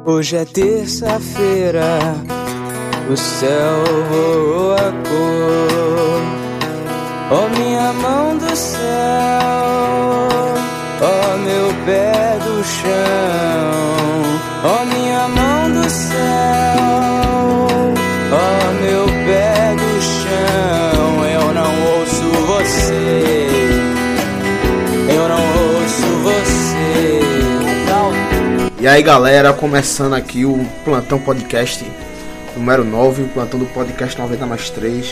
Hoje é terça-feira, o céu voou a cor. Oh, minha mão do céu, oh, meu pé do chão. Oh, minha mão do céu, oh, meu pé do chão. Eu não ouço você, eu não ouço você. E aí galera, começando aqui o Plantão Podcast número 9, o Plantão do Podcast 90+3.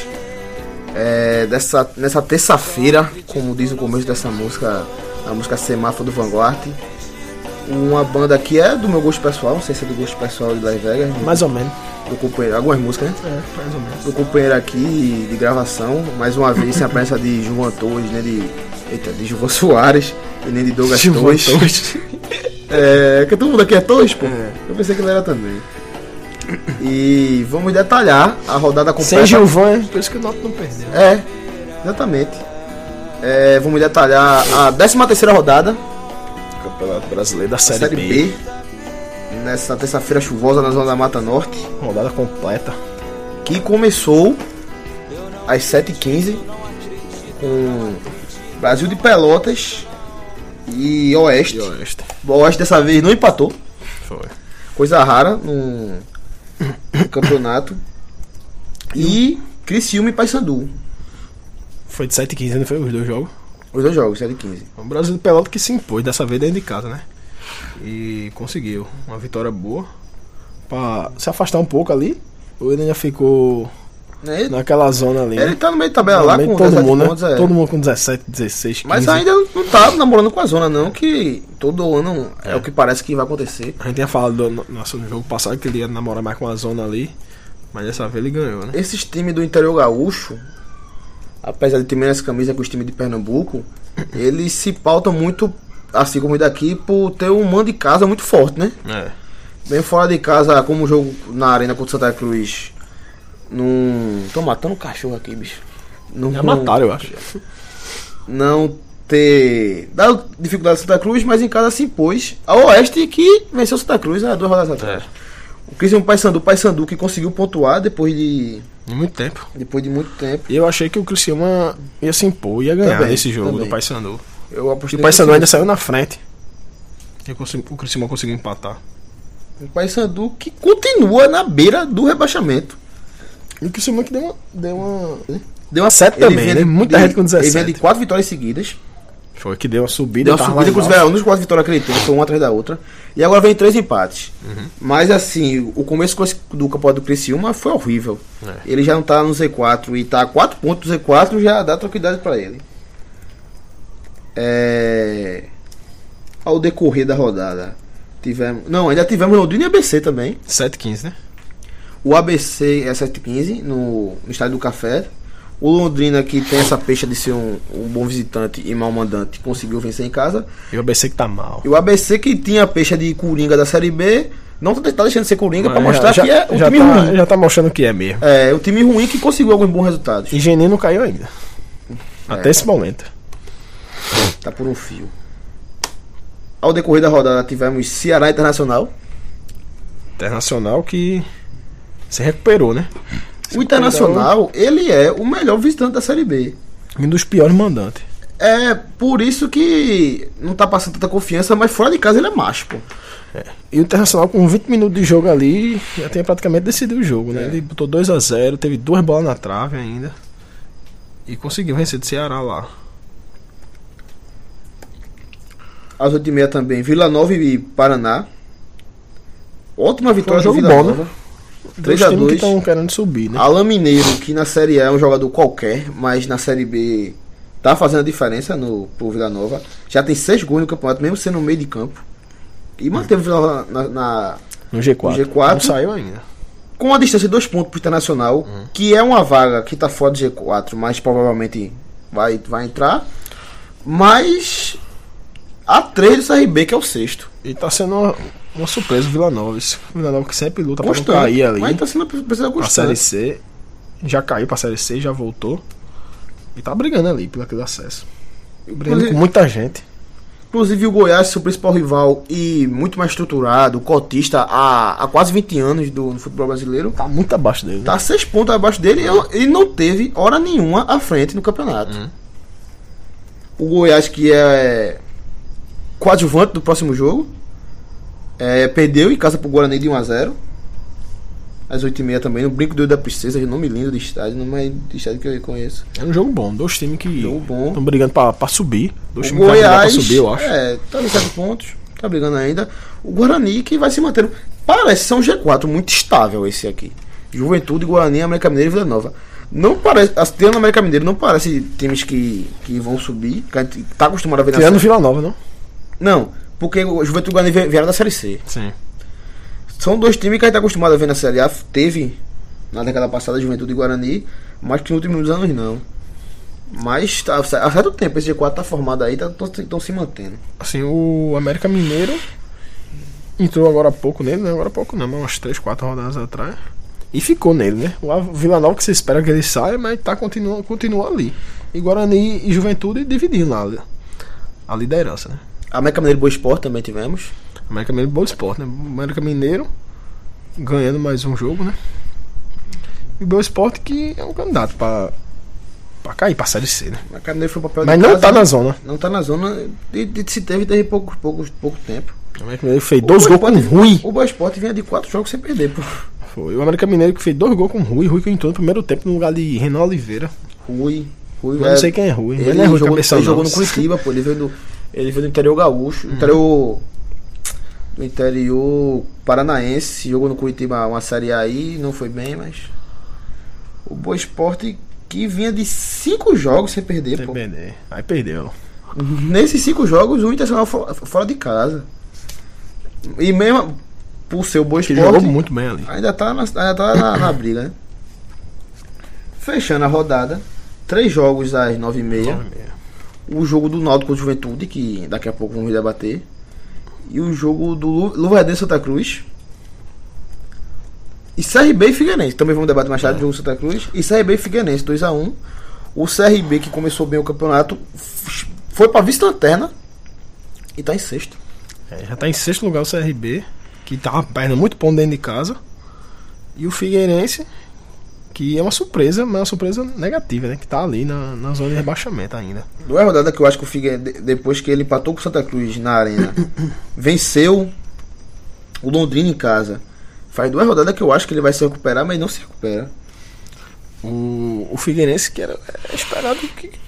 Nessa terça-feira, como diz o começo dessa música, a música Semáforo do Vanguard. Uma banda que é do meu gosto pessoal, não sei se é do gosto pessoal de Las Vegas. Mais ou menos. Do companheiro, algumas músicas, né? Mais ou menos. Do companheiro aqui de gravação, mais uma vez sem a presença de João Torres, né? De João Soares e nem de Douglas Torres. Que todo mundo aqui é Torres, pô. Eu pensei que ele era também. E vamos detalhar a rodada completa. Sem Gilvan, por isso que o Náutico não perdeu. Exatamente. Vamos detalhar a 13ª rodada Campeonato Brasileiro da da Série Série B. B. Nessa terça-feira chuvosa na zona da Mata Norte, Rodada completa. que começou às 7h15 com Brasil de Pelotas e Oeste. E Oeste. O Oeste dessa vez não empatou, Foi. coisa rara no campeonato. E Criciúma e Paysandu, Foi de 7h15, não foi os dois jogos? os dois jogos, 7h15. O Brasil de Pelota que se impôs, dessa vez dentro de casa, né? E conseguiu uma vitória boa pra se afastar um pouco ali. Ou ele ainda ficou naquela zona ali. Ele né? tá no meio de tabela lá com todo 17 mundo, pontos, né? Todo mundo com 17, 16, 15. Mas ainda não tá namorando com a zona não, que todo ano é o que parece que vai acontecer. A gente tinha falado no jogo passado que ele ia namorar mais com a zona ali. Mas dessa vez ele ganhou, né? Esses times do interior gaúcho, apesar de ter menos camisa que os times de Pernambuco, eles se pautam muito, assim como o daqui, por ter um mando de casa muito forte, né? Bem fora de casa, como o jogo na arena contra o Santa Cruz. Tô matando um cachorro aqui, bicho. Já mataram, eu acho. Não ter dado dificuldade ao Santa Cruz, mas em casa se impôs ao Oeste, que venceu o Santa Cruz há 2 rodadas atrás. O Criciúma Paysandu que conseguiu pontuar depois de Muito tempo. muito tempo. E eu achei que o Criciúma ia se impor, ia ganhar Também, nesse jogo também. do Paysandu. Eu E apostei o Paysandu no ainda saiu na frente. E o Criciúma conseguiu empatar. O Paysandu que continua na beira do rebaixamento. E o Criciúma que deu uma Deu uma 7 também, né? Muita gente com 17. Ele vem de 4 vitórias seguidas. Foi que deu uma subida. Deu uma tava subida, lá inclusive, embaixo. nos 4 vitórias que ele teve, foi uma atrás da outra. E agora vem 3 empates. Mas assim, o começo do campeonato do Criciúma foi horrível. Ele já não tá no Z4 e tá a 4 pontos do Z4, já dá tranquilidade pra ele. Ao decorrer da rodada, ainda tivemos Londrina e ABC também. 7-15, né? O ABC é 7h15 no Estádio do Café. O Londrina, que tem essa pecha de ser um bom visitante e mau mandante, conseguiu vencer em casa. E o ABC que tá mal. E o ABC, que tinha a pecha de Coringa da Série B, não tá deixando de ser Coringa pra Mas mostrar que é um time ruim. Já tá mostrando que é mesmo. É um time ruim que conseguiu alguns bons resultados. E Geninho não caiu ainda. Até esse momento. Tá por um fio. Ao decorrer da rodada, tivemos Ceará Internacional. Internacional que se recuperou, né? O Internacional, ele é o melhor visitante da Série B. Um dos piores mandantes. É por isso que não tá passando tanta confiança, mas fora de casa ele é macho, pô. E o Internacional com 20 minutos de jogo ali já tinha praticamente decidido o jogo, né? Ele botou 2-0, teve 2 bolas na trave ainda. E conseguiu vencer do Ceará lá. Às 8h30 também, Vila Nova e Paraná. Ótima vitória Foi um do jogo Vila bom, Nova. né? Dois times que estão querendo subir, né? Alan Mineiro, que na Série A é um jogador qualquer, mas na Série B tá fazendo a diferença pro Vila Nova. Já tem 6 gols no campeonato, mesmo sendo no meio de campo. E manteve o Vila Nova No G4. no G4. Não saiu ainda. Com a distância de 2 pontos pro Internacional, que é uma vaga que tá fora do G4, mas provavelmente vai entrar. Mas a 3 do CRB, que é o 6º. E tá sendo uma surpresa o Vila Nova. O Vila Nova que sempre luta pra não Constante, cair ali. mas tá sendo uma pessoa A Série constante. C. Já caiu pra Série C, já voltou. E tá brigando ali pelo aquele acesso. Brigando Inclusive- com muita gente. Inclusive o Goiás, seu principal rival e muito mais estruturado, cotista há quase 20 anos do futebol brasileiro. Tá muito abaixo dele. Tá 6 pontos abaixo dele e não teve hora nenhuma à frente no campeonato. O Goiás, que é coadjuvante do próximo jogo, perdeu em casa pro Guarani de 1-0. Às 8h30 também, no Brinco da Princesa, nome lindo de estádio, não é de estádio que eu reconheço. É um jogo bom, 2 times que estão brigando pra subir. 2 times que brigando pra subir, eu acho. Tá em 7 pontos, tá brigando ainda. O Guarani que vai se mantendo. Parece ser um G4 muito estável esse aqui. Juventude, Guarani, América Mineiro e Vila Nova. Não parece, tirando América Mineiro, não parece times que vão subir, que a gente tá acostumado a ver na tirando Vila Nova, não? Não, porque o Juventude e o Guarani vieram da Série C. Sim. São 2 times que a gente tá acostumado a ver na Série A. Teve na década passada Juventude e Guarani, mas que nos últimos anos não. Mas há certo tempo esse G4 tá formado aí, estão se mantendo. Assim, o América Mineiro entrou agora há pouco nele, né? Agora há pouco não, mas umas 3, 4 rodadas atrás. E ficou nele, né? O Vila Nova que você espera que ele saia, mas continua ali. E Guarani e Juventude dividindo lá a liderança, né? América Mineiro e Boa Esporte também tivemos. América Mineiro e Boa Esporte, né? América Mineiro ganhando mais um jogo, né? E o Boa Esporte que é um candidato pra cair pra Série C, né? América Mineiro foi o papel mas não casa, tá na zona. Não tá na zona. Se teve pouco tempo. O América Mineiro fez 2 gols com Rui. O Boa Esporte vinha de 4 jogos sem perder, pô. Foi o América Mineiro que fez 2 gols com Rui que entrou no primeiro tempo no lugar de Renan Oliveira. Rui, eu não sei quem é Rui. Ele não é Rui, ele jogou no Curitiba, pô. Ele veio do interior gaúcho, do interior paranaense, jogou no Curitiba uma Série A aí, não foi bem, mas o Boa Esporte que vinha de 5 jogos sem perder, pô. Aí perdeu. Nesses 5 jogos, o Internacional fora de casa. E mesmo por ser o Boa Esporte, jogou muito bem ali. Ainda tá na briga, né? Fechando a rodada, 3 jogos às 9h30. O jogo do Náutico com o Juventude, que daqui a pouco vamos debater. E o jogo do Luverdense Santa Cruz. E CRB e Figueirense. Também vamos debater mais tarde do jogo Santa Cruz. E CRB e Figueirense, 2-1. O CRB, que começou bem o campeonato, foi pra vice-lanterna e tá em 6º. Já tá em 6º lugar o CRB, que tava perdendo muito ponto dentro de casa. E o Figueirense, que é uma surpresa, mas uma surpresa negativa, né? Que tá ali na zona de rebaixamento ainda. 2 rodadas que eu acho que o Figueirense, depois que ele empatou com o Santa Cruz na arena, venceu o Londrina em casa. Faz 2 rodadas que eu acho que ele vai se recuperar, mas não se recupera. O Figueirense que era esperado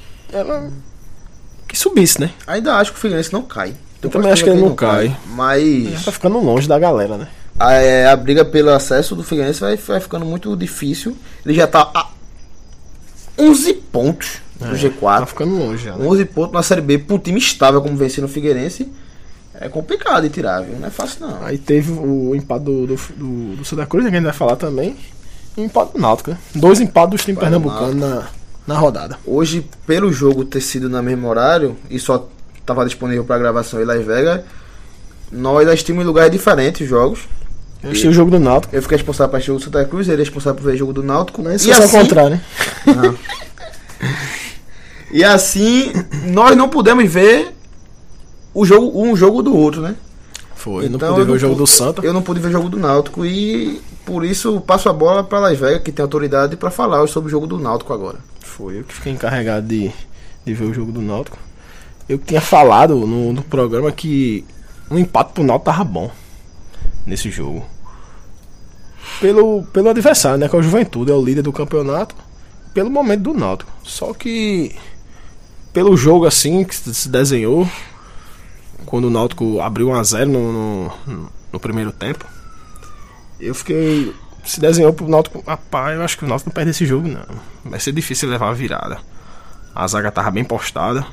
que subisse, né? Ainda acho que o Figueirense não cai. Eu também acho que ele não cai. Mas já tá ficando longe da galera, né? A briga pelo acesso do Figueirense vai ficando muito difícil. Ele já tá a 11 pontos no G4. Tá ficando longe já, né? 11 pontos na Série B para um time estável como vencer no Figueirense. É complicado de tirar, viu? Não é fácil não. Aí teve o empate do Santa Cruz, que a gente vai falar também. E o empate do Náutico, né? 2 empates dos times pernambucanos na rodada. Hoje, pelo jogo ter sido no mesmo horário e só estava disponível para gravação em Las Vegas, nós assistimos em lugares diferentes os jogos. Eu assisti o jogo do Náutico. Eu fiquei responsável para assistir o Santa Cruz, ele é responsável por ver o jogo do Náutico. Mas isso é assim, ao contrário, né? E assim, nós não pudemos ver um jogo do outro, né? Foi, então, não pude ver o jogo do Santa. Eu não pude ver o jogo do Náutico e por isso passo a bola para Las Vegas, que tem autoridade para falar sobre o jogo do Náutico agora. Foi eu que fiquei encarregado de ver o jogo do Náutico. Eu tinha falado no programa que um empate pro Náutico tava bom nesse jogo. Pelo adversário, né? Que é o Juventude, é o líder do campeonato. Pelo momento do Náutico. Só que pelo jogo assim que se desenhou, quando o Náutico abriu 1-0 no primeiro tempo, eu fiquei... Se desenhou pro Náutico, rapaz, eu acho que o Náutico não perde esse jogo não. Vai ser difícil levar a virada. A zaga tava bem postada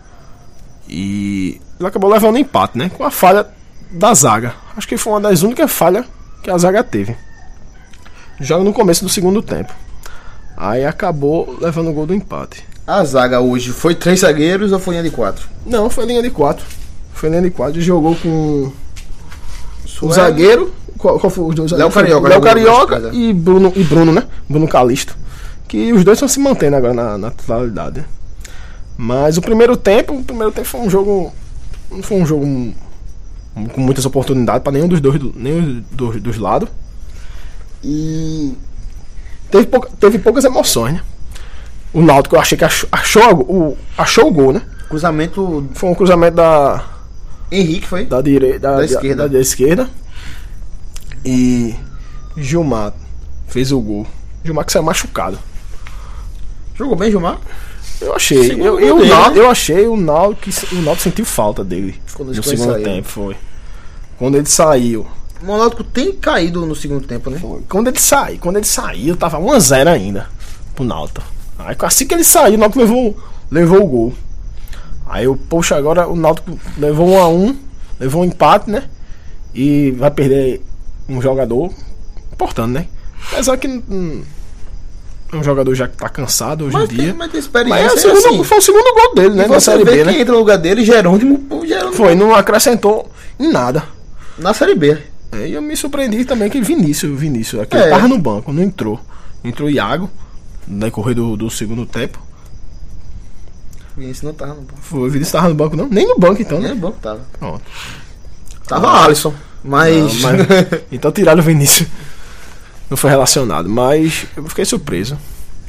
e ele acabou levando empate, né? Com a falha da zaga. Acho que foi uma das únicas falhas que a zaga teve. Já no começo do segundo tempo. Aí acabou levando o gol do empate. A zaga hoje foi 3 zagueiros ou foi linha de 4? Não, foi linha de 4. Foi linha de 4 e jogou com o zagueiro. Qual foi os dois zagueiros? Léo Carioca e Bruno, né? Bruno Calisto. Que os dois estão se mantendo agora na totalidade. Mas o primeiro tempo foi um jogo Não foi um jogo com muitas oportunidades para nenhum dos lados. E teve poucas emoções, né? O Náutico, eu achei que achou o gol, né? Cruzamento. Foi um cruzamento da Henrique, foi? Da direita, esquerda. Da esquerda. E Gilmar fez o gol. Gilmar que saiu machucado. Jogou bem, Gilmar? Eu achei. Eu achei o Náutico sentiu falta dele no segundo tempo. Foi. Quando ele saiu. O Náutico tem caído no segundo tempo, né? Foi. Quando ele saiu, tava 1-0 ainda pro Náutico. Aí assim que ele saiu, o Náutico levou o gol. Aí poxa, agora o Náutico levou 1-1, levou um empate, né? E vai perder um jogador importante, né? Apesar que é um jogador já que tá cansado hoje em dia. Mas tem experiência. Foi o segundo gol dele, né? Na Série B, né? Entra no lugar dele, Jerônimo. Foi, não acrescentou em nada. Na Série B. E eu me surpreendi também que Vinícius aqui tava no banco, não entrou. Entrou Iago, no decorrer do segundo tempo. Vinícius não tava no banco. Foi, o Vinícius tava no banco não? Nem no banco então, né? Nem no banco tava. Pronto. Tava Alisson, mas então tiraram o Vinícius. Não foi relacionado, mas eu fiquei surpreso.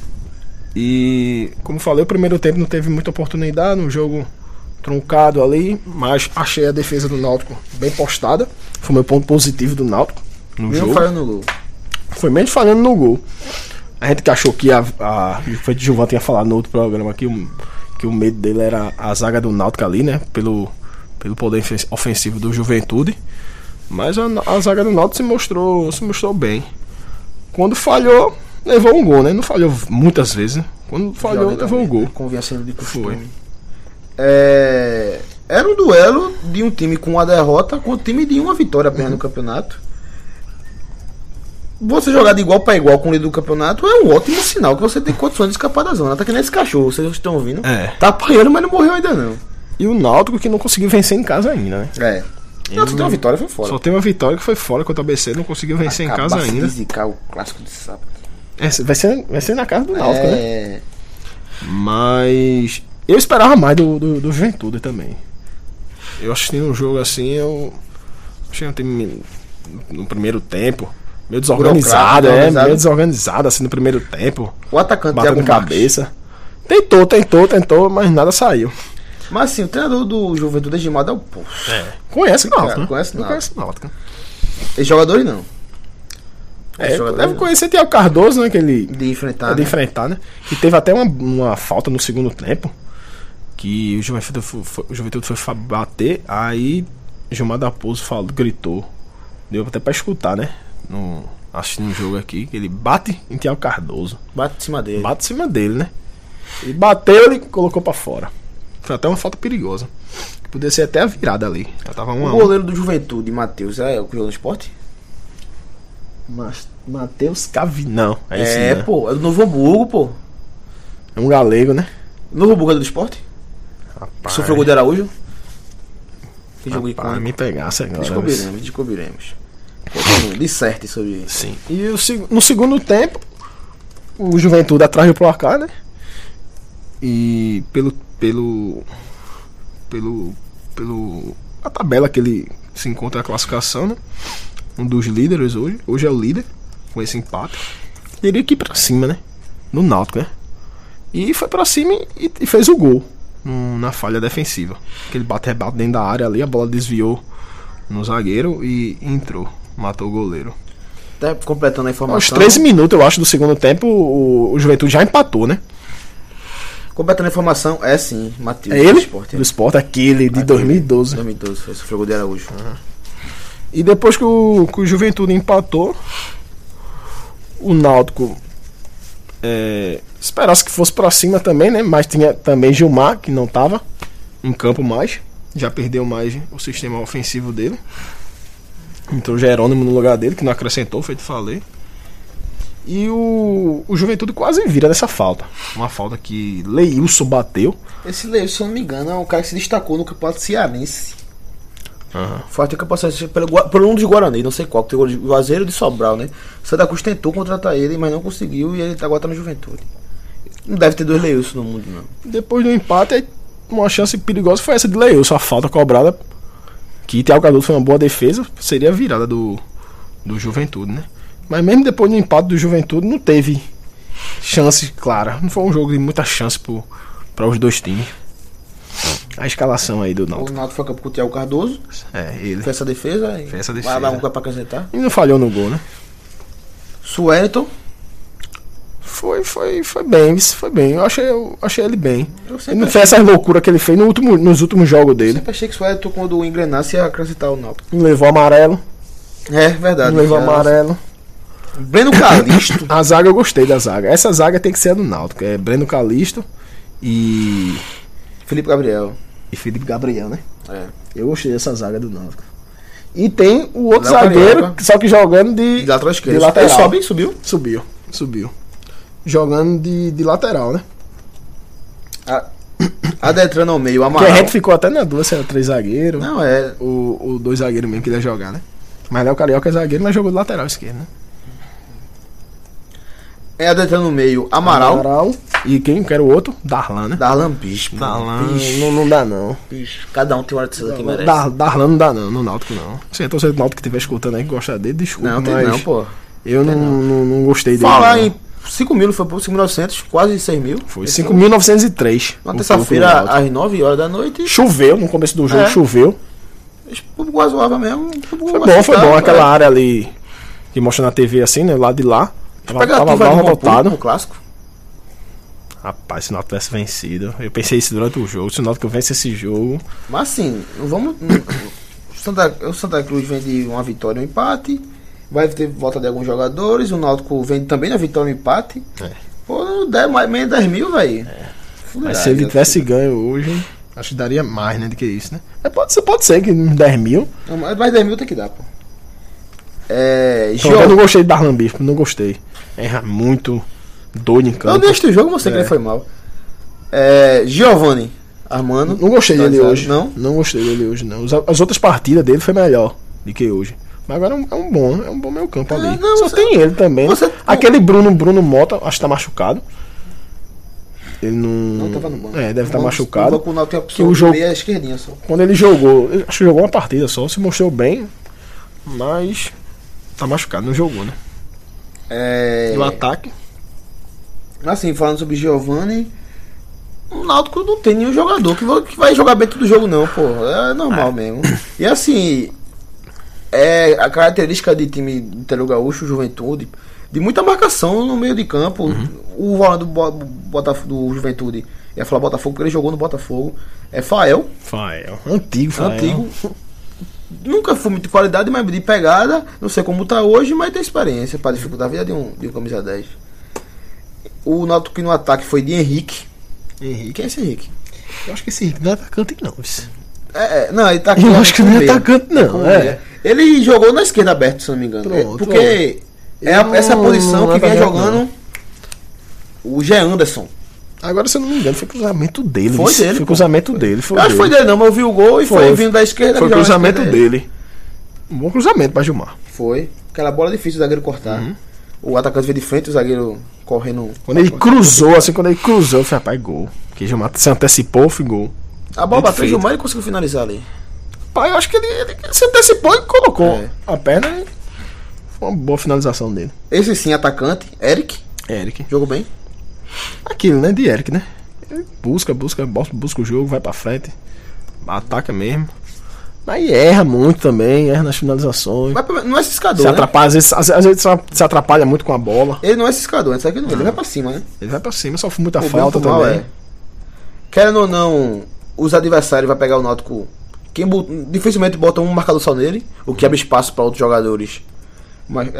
E como falei, o primeiro tempo não teve muita oportunidade, um jogo truncado ali, mas achei a defesa do Náutico bem postada. Foi o meu ponto positivo do Náutico no jogo. Falhando no gol. Foi mesmo falhando no gol. A gente que achou que foi de Gilvan tinha falado no outro programa que o medo dele era a zaga do Náutico ali, né? Pelo poder ofensivo do Juventude. Mas a zaga do Náutico se mostrou bem. Quando falhou, levou um gol, né? Não falhou muitas vezes, né? Quando falhou, levou um gol. Convenção de costume. Era um duelo de um time com uma derrota com o time de uma vitória apenas no campeonato. Você jogar de igual para igual com o líder do campeonato é um ótimo sinal que você tem condições de escapar da zona. Tá que nem esse cachorro, vocês estão ouvindo? Tá apanhando, mas não morreu ainda não. E o Náutico que não conseguiu vencer em casa ainda, né? Só tem uma vitória, foi fora. Só tem uma vitória que foi fora contra o ABC, não conseguiu vencer em casa ainda. Fisicar o clássico de sábado. Vai ser na casa do Náutico, né? Mas eu esperava mais do Juventude também. Eu assisti um jogo assim, eu achei um time no primeiro tempo meio desorganizado, meio desorganizado assim no primeiro tempo. O atacante batendo cabeça. Tentou, mas nada saiu. Mas assim, o treinador do Juventude é Gilmar Del Poço. Conhece o Náutico, né? Conhece o Náutico. Esses jogadores não. Deve conhecer Thiago Cardoso, né? Que ele de enfrentar, né? E teve até uma falta no segundo tempo. Que o Juventude foi bater. Aí Gilmar Del Poço gritou. Deu até pra escutar, né? Assistindo um jogo aqui. Que ele bate em Thiago Cardoso. Bate em cima dele, né? Ele bateu e colocou pra fora. Foi até uma falta perigosa. Poderia ser até a virada ali. Já tava o goleiro do Juventude, Matheus, é o que jogou no esporte? Matheus Cavinão. É do Novo Hamburgo, pô. É um galego, né? Novo Hamburgo é do esporte? Rapaz. Sofreu o gol de Araújo? Que jogo icônico. Me pegasse agora. Descobriremos. Disserte sobre isso. Sim. E no segundo tempo, o Juventude atrás do placar, né? E a tabela que ele se encontra na classificação, né? Um dos líderes hoje é o líder com esse empate. Teria que ir pra cima, né? No Náutico, né? E foi pra cima e fez o gol na falha defensiva. Aquele bate-rebate dentro da área ali, a bola desviou no zagueiro e entrou, matou o goleiro. Até completando a informação. Aos 13 minutos, eu acho, do segundo tempo, o Juventude já empatou, né? Completando a informação, sim, Matheus. É ele? Do Sport, aquele de 2012. 2012, foi o gol de Araújo. E depois que o Juventude empatou, o Náutico esperasse que fosse pra cima também, né? Mas tinha também Gilmar, que não tava em campo mais. Já perdeu mais o sistema ofensivo dele. Entrou Jerônimo no lugar dele, que não acrescentou, feito falei. E o Juventude quase vira dessa falta. Uma falta que Leilson bateu. Esse Leilson, se eu não me engano, é um cara que se destacou no campeonato cearense. Foi até que eu passei pelo um dos Guarani, não sei qual, que tem o Juazeiro de Sobral, né? Santa Cruz tentou contratar ele, mas não conseguiu, e ele agora tá no Juventude. Não deve ter dois Leilson no mundo, não. Depois do empate, uma chance perigosa foi essa de Leilson, a falta cobrada, que Thiago Cardoso foi uma boa defesa, seria a virada do Juventude, né? Mas mesmo depois do empate do Juventude não teve chance clara, não foi um jogo de muita chance para os dois times. A escalação aí do Náutico. O Náutico foi com o Thiago Cardoso. Ele. Fez essa defesa. Fez essa defesa. Vai dar um pra acrescentar. E não falhou no gol, né? Suelton. Foi bem, foi bem. Eu achei ele bem. Ele não fez essas loucuras que ele fez nos últimos jogos dele. Eu sempre achei que o Suelton, quando engrenasse, ia acrescentar o Náutico. Não levou amarelo. É verdade. Não levou amarelo. Breno Calixto. A zaga eu gostei da zaga. Essa zaga tem que ser a do Náutico. É Breno Calixto e Felipe Gabriel. E Felipe Gabriel, né? É. Eu gostei dessa zaga do Náutico. E tem o outro Léo zagueiro, Carioca. só que jogando de lateral esquerdo. de lateral. Ele subiu? Subiu. Jogando de lateral, né? Adentrando ao meio, Porque Amaral. a gente ficou até na dúvida se era 3 zagueiros. Não, é. O 2 zagueiros mesmo que ele ia jogar, né? Mas Léo Carioca é zagueiro, mas jogou de lateral esquerdo, né? É adentrando no meio, Amaral. E quem quer o outro? Darlan, né? Darlan Bispo. Darlan não dá não. Bicho. Cada um tem uma hora de ser que merece. Darlan não dá não, no Náutico não. Se a torcida do Náutico que estiver escutando aí que gosta dele, desculpa, Não, tem mas não, pô. eu não gostei dele. Falar não. em 5 mil, foi por 5.900, quase 6 mil. Foi 5.903. Na terça-feira, às 9 horas da noite. Choveu no começo do jogo, choveu. Quase zoava mesmo. Foi bom. Aquela área ali que mostra na TV assim, né? Lá de lá. Tava lotado. No clássico. Rapaz, se o Náutico tivesse vencido. Eu pensei isso durante o jogo. Se o Náutico vence esse jogo. Mas assim, vamos. O Santa Cruz vem de uma vitória e um empate. Vai ter volta de alguns jogadores. O Náutico vem também na vitória e um empate. Pô, não der menos 10 mil, velho. Mas se ele tivesse ganho hoje, acho que daria mais, né? Do que isso, né? Mas pode ser que 10 mil. Não, mais 10 mil tem que dar, pô. Eu não gostei de Darlan Bispo, não gostei. Erra muito, doido em campo. Eu neste jogo mostrei que ele foi mal. Giovanni Armando. Não gostei dele hoje. Não? Não gostei dele hoje, não. As outras partidas dele foi melhor do que hoje. Mas agora é um bom meio campo ali. Só tem ele também. Aquele Bruno Mota, acho que tá machucado. Ele não tava no banco. Deve estar machucado. Que o jogo é esquerdinha só. Quando ele jogou, acho que jogou uma partida só, se mostrou bem, mas tá machucado, não jogou, né? E o ataque? Assim, falando sobre Giovanni, o Náutico não tem nenhum jogador que vai jogar bem todo jogo, não, pô. É normal mesmo. E assim, a característica de time do interior gaúcho, Juventude, de muita marcação no meio de campo. O volante do Juventude, ia falar Botafogo, porque ele jogou no Botafogo, é Fael. Antigo. Nunca foi muito de qualidade, mas de pegada. Não sei como tá hoje, mas tem experiência para dificultar a vida de um camisa 10. O Náutico que no ataque foi de Henrique. Quem é esse Henrique? Eu acho que esse Henrique não é atacante, não. Não, ele tá aqui. Eu acho que não é atacante, não. Ele jogou na esquerda aberta, se não me engano. Porque essa posição que vinha jogando o G. Anderson. Agora, se eu não me engano, foi cruzamento dele. Foi dele. Foi cruzamento dele. Eu acho que foi dele, não, mas eu vi o gol e foi vindo da esquerda. Foi cruzamento dele. Um bom cruzamento pra Gilmar. Foi. Aquela bola difícil o zagueiro cortar. O atacante veio de frente, o zagueiro correndo. Quando ele cruzou, eu falei, rapaz, gol. Porque Gilmar se antecipou, foi gol. A bola bateu em Gilmar e ele conseguiu finalizar ali. Pai, eu acho que ele se antecipou e colocou a perna. Foi uma boa finalização dele. Esse sim, atacante, Eric. Jogou bem. Aquilo, né? De Eric, né? Ele busca o jogo, vai pra frente. Ataca mesmo. Mas erra muito também, erra nas finalizações. Mas não é ciscador, se atrapalha, às vezes se atrapalha muito com a bola. Ele não é ciscador, ele vai pra cima, né? Ele vai pra cima, sofre muita falta também. Querendo ou não, os adversários vão pegar o Náutico. Dificilmente botam um marcador só nele, o que abre espaço para outros jogadores. Mas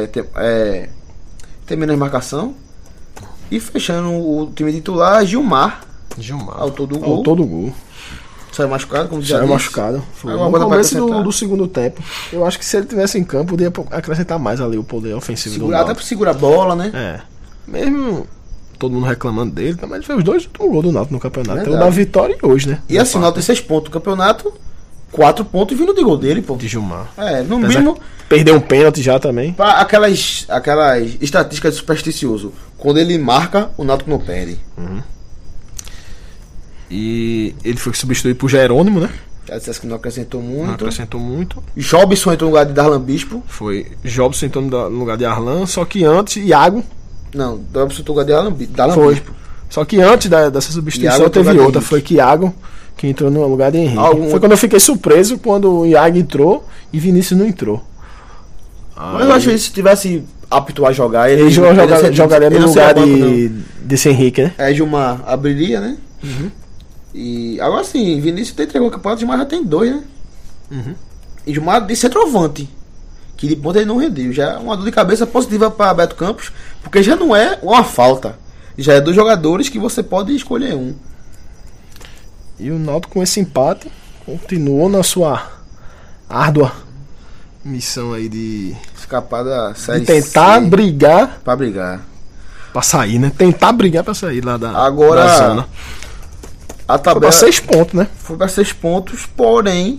tem menos marcação. E fechando o time titular, Gilmar. Autor do gol. Saiu machucado, como já disse. Machucado. Foi no começo do segundo tempo. Eu acho que se ele tivesse em campo, poderia acrescentar mais ali o poder ofensivo do Náutico. Até pra segurar a bola, né? Mesmo todo mundo reclamando dele, mas ele fez os 2 últimos gols do Náutico no campeonato. Então da vitória e hoje, né? E assim, o Náutico tem 6 pontos no campeonato, 4 pontos vindo de gol dele, pô. De Gilmar. No mínimo. Perdeu um pênalti já também. Pra aquelas estatísticas supersticioso. Quando ele marca, o Náutico não perde. E ele foi substituído por Jerônimo, né? Já dissesse que não acrescentou muito. Não acrescentou muito. Jobson entrou no lugar de Darlan Bispo. Foi Jobson entrou no lugar de Arlan, só que antes, Iago. Não, Jobson entrou no lugar de Darlan Foi. Bispo. Só que antes dessa substituição Iago teve entrou outra, de foi que Iago, que entrou no lugar de Henrique. Algum- Foi quando eu fiquei surpreso quando o Iago entrou e Vinícius não entrou. Mas eu acho que se tivesse apto a jogar, Ele jogaria no não lugar seria banco, não. desse Henrique, né? É, Gilmar abriria, né? E agora sim, Vinícius entregou o campeonato, Gilmar já tem 2, né? E Gilmar de centroavante, que de ponta ele não rendeu. Já é uma dor de cabeça positiva para Beto Campos, porque já não é uma falta. Já é 2 jogadores que você pode escolher um. E o Náutico com esse empate continuou na sua árdua missão aí de Escapar da série tentar C brigar pra brigar. pra sair, né? Tentar brigar pra sair lá da Agora, zona. A Foi tabela pra 6 pontos, né? foi para 6 pontos, porém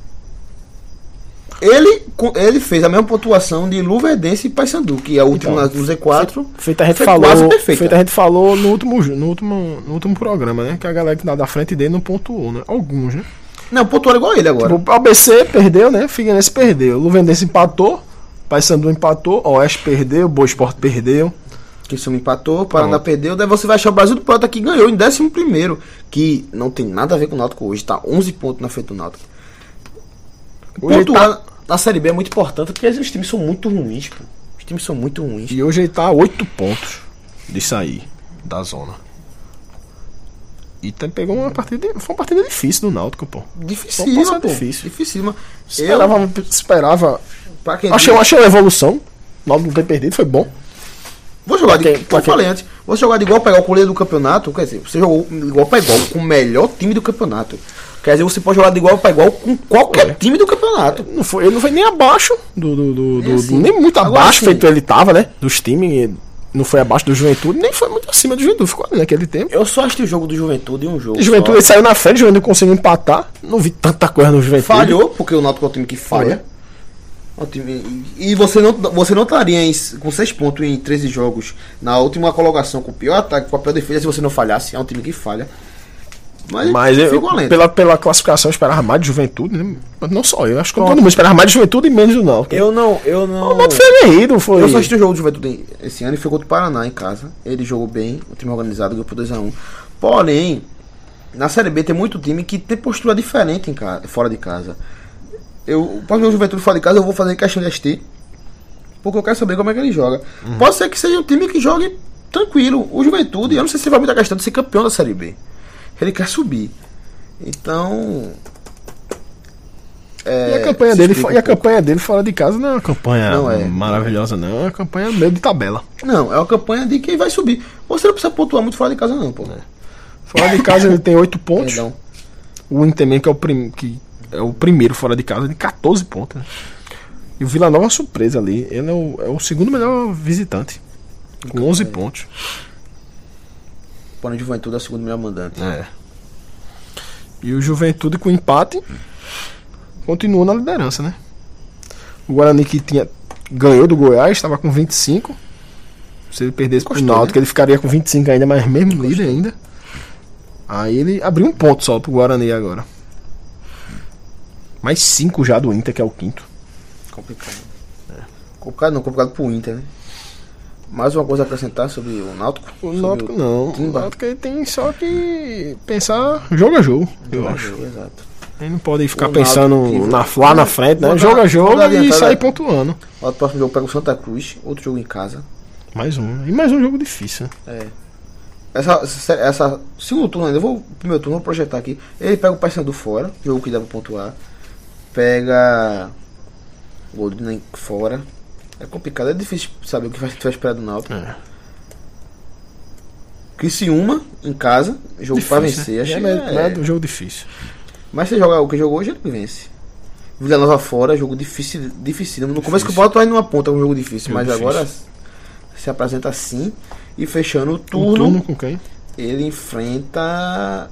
ele fez a mesma pontuação de Luverdense e Paysandu, que é o último Então, no Z4. Feita a gente Foi falou, quase perfeita. feita a gente falou no último programa, né? Que a galera que tá da frente dele não pontuou, né? Alguns, né? Não, pontuaram igual ele agora. O ABC perdeu, né? Figueirense perdeu. Luverdense empatou. Paysandu empatou. Oeste perdeu. Boa Esporte perdeu. Que se empatou, Paraná Pronto. perdeu, daí você vai achar o Brasil do Prata que ganhou em 11º, que não tem nada a ver com o Náutico hoje, tá 11 pontos na frente do Náutico. Hoje Pontuar na Série B é muito importante, porque os times são muito ruins, pô. Os times são muito ruins. E hoje ele tá a 8 pontos de sair da zona. E pegou uma partida. Foi uma partida difícil do Náutico, pô. Dificílima, Foi uma pô. partida difícil. Dificílima. Esperava. Pra quem Achei uma evolução. O Náutico não ter perdido, foi bom. Vou jogar de, Pra quem- como eu falei antes, vou jogar de igual pra igual com o líder do campeonato, quer dizer, você jogou igual pra igual com o melhor time do campeonato. Quer dizer, você pode jogar de igual pra igual com qualquer time do campeonato. Ele não foi nem abaixo assim, nem muito agora abaixo, sim. feito ele tava, né? Dos times. Não foi abaixo do Juventude, nem foi muito acima do Juventude. Ficou ali naquele tempo. Eu só assisti o jogo do Juventude e um jogo. O Juventude só. ele saiu na frente, o Juventude conseguiu empatar. Não vi tanta coisa no Juventude. Falhou, porque o Náutico é um time que falha. É um time- E você não estaria com 6 pontos em 13 jogos na última colocação com o pior ataque, com a pior defesa, se você não falhasse. É um time que falha. Mas eu, ficou lento. pela classificação, eu esperava mais de Juventude, né? Mas não só eu, acho que todo mundo esperava mais de Juventude e menos do Náutico. Eu não. O Náutico foi aguerrido, foi. Eu só assisti o jogo do Juventude esse ano e foi contra o Paraná em casa. Ele jogou bem, o time organizado, ganhou por 2-1. Porém, na Série B tem muito time que tem postura diferente fora de casa. O próximo Juventude fora de casa eu vou fazer questão de assistir, porque eu quero saber como é que ele joga. Pode ser que seja um time que jogue tranquilo. O Juventude, eu não sei se vai muita questão de ser campeão da Série B. Ele quer subir. Então. E a campanha dele, explica um pouco. campanha dele fora de casa não é uma campanha Não é. maravilhosa, não. É uma campanha meio de tabela. Não, é uma campanha de quem vai subir. Você não precisa pontuar muito fora de casa, não, pô. Fora de casa ele tem 8 pontos. Perdão. O Inter também, que é o primeiro fora de casa, de 14 pontos. Né? E o Vila Nova é uma surpresa ali. Ele é o segundo melhor visitante. Com 11 pontos. Porém, Juventude é o segundo melhor mandante. É. E o Juventude com empate continua na liderança, né? O Guarani que ganhou do Goiás, estava com 25. Se ele perdesse pro Encostou, Náutico, né? ele ficaria com 25 ainda, mas mesmo líder ainda. Aí ele abriu um ponto só pro Guarani agora. Mais 5 já do Inter, que é o quinto. Complicado. Complicado não, complicado pro Inter, né? Mais uma coisa a acrescentar sobre o Náutico? O Sobre Náutico não. O Timba? Náutico ele tem só que pensar jogo a jogo, eu acho. Exato. Ele não pode ficar O pensando Náutico lá na frente, né? vou Jogo dar- a jogo vou dar e adiantada. sair pontuando. O próximo jogo pega o Santa Cruz, outro jogo em casa. Mais um. E mais um jogo difícil. Né? Essa segundo turno ainda, primeiro turno, vou projetar aqui. Ele pega o Paysandu fora, jogo que dá pra pontuar. Pega o Goldina fora. É complicado, é difícil saber o que vai esperar do Náutico. É. Criciúma em casa, jogo pra vencer. Acho que É um jogo difícil. Mas você joga o que jogou hoje, ele vence. Vila Nova fora, jogo difícil. No começo que o Paulo tá indo numa ponta, é um jogo difícil, mas difícil. agora se apresenta assim. E fechando o O turno, turno com quem? ele enfrenta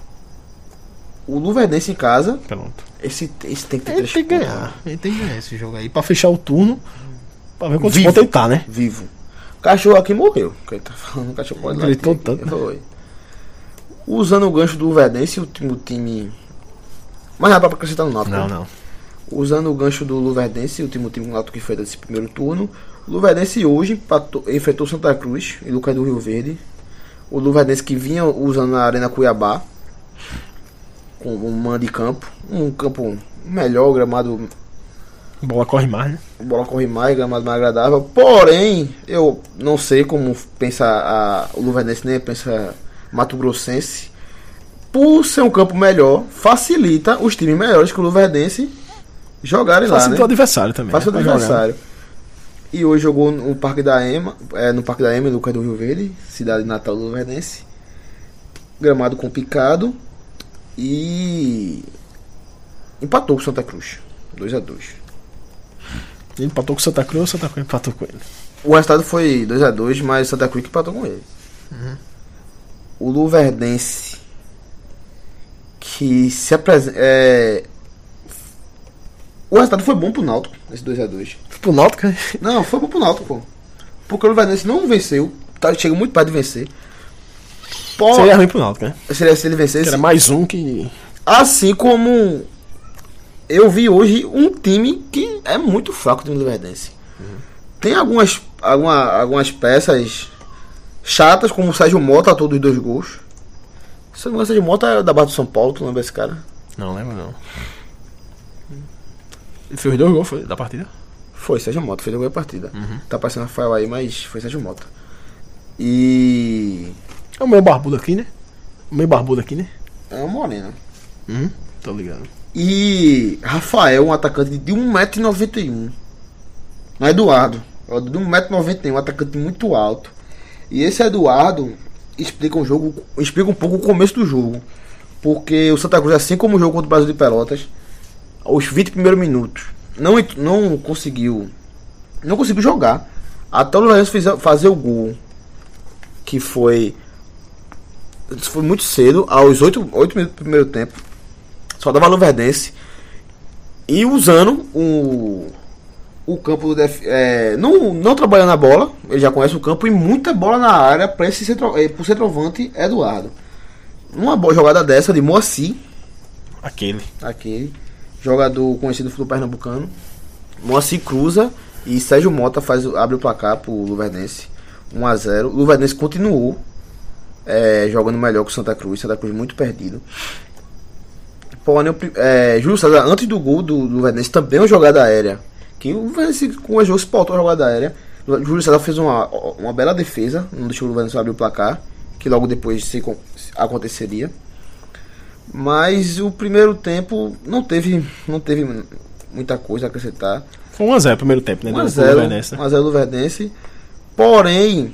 o Luverdense em casa. Pronto. Esse tem que ter Ele 3 tem que pontos. ganhar. Ele tem que ganhar esse jogo aí. Pra fechar o turno. Pra ver quantos Vivo. pontos ele tá, né? Vivo. O cachorro aqui morreu. Que ele tá falando, o cachorro pode lá. Gritou tanto, né? Foi. Usando o gancho do Luverdense, o último time... Mas não dá pra acrescentar no Náutico. Não. Usando o gancho do Luverdense, o último time do Náutico que foi desse primeiro turno. O Luverdense hoje enfrentou o Santa Cruz e Lucas do Rio Verde. O Luverdense que vinha usando a Arena Cuiabá com um mando de campo. Um campo melhor, gramado... Bola corre mais, né? Bola corre mais, gramado mais agradável. Porém, eu não sei como pensa o Luverdense, nem pensa Mato Grossense. Por ser um campo melhor, facilita os times melhores que o Luverdense jogarem lá, né? Facilita o adversário também. Facilita o adversário. E hoje jogou no Parque da Ema, Lucas do Rio Verde, cidade natal do Luverdense. Gramado complicado. E empatou com o Santa Cruz. 2-2. Ele empatou com o Santa Cruz, o Santa Cruz empatou com ele. O resultado foi 2-2, mas o Santa Cruz que empatou com ele. O Luverdense que se apresenta... O resultado foi bom pro Náutico, esse 2-2. Pro Náutico? Não, foi bom pro Náutico, pô. Porque o Luverdense não venceu. Chega muito perto de vencer. Seria ruim pro Náutico, né? Seria se ele vencesse. Que era mais um que... Assim como eu vi hoje um time que é muito fraco, o time do Luverdense. Tem algumas peças chatas, como o Sérgio Mota, todos os 2 gols. Se não me engano, o Sérgio Mota é da Barra do São Paulo, tu lembra esse cara? Não lembro, não. Ele fez 2 gols da partida? Foi, Sérgio Mota, fez 2 gols da partida. Tá passando Rafael aí, mas foi Sérgio Mota. E... É o meio barbudo aqui, né? É uma morena. Tô ligado. E Rafael, um atacante de 1,91m. Não é Eduardo. É de 1,91m, um atacante muito alto. E esse Eduardo explica um pouco o começo do jogo. Porque o Santa Cruz, assim como o jogo contra o Brasil de Pelotas, aos 20 primeiros minutos, não conseguiu jogar. Até o Lourenço fazer o gol. Que foi muito cedo, aos 8 minutos do primeiro tempo. Só dava Luverdense. E usando o campo do não trabalhando a bola, ele já conhece o campo, e muita bola na área para pro centroavante Eduardo. Uma boa jogada dessa de Moacir, aquele jogador conhecido do pernambucano. Moacir cruza e Sérgio Mota abre o placar pro Luverdense, 1-0. O Luverdense continuou jogando melhor que o Santa Cruz muito perdido. Porém, Júlio César, antes do gol do Luverdense, também uma jogada aérea, que o Luverdense com o jogo se pautou a jogada aérea. O Júlio César fez uma bela defesa, não deixou o Luverdense abrir o placar, que logo depois aconteceria. Mas o primeiro tempo não teve muita coisa a acrescentar. Foi 1-0 o primeiro tempo, né? 1-0 Luverdense. Porém,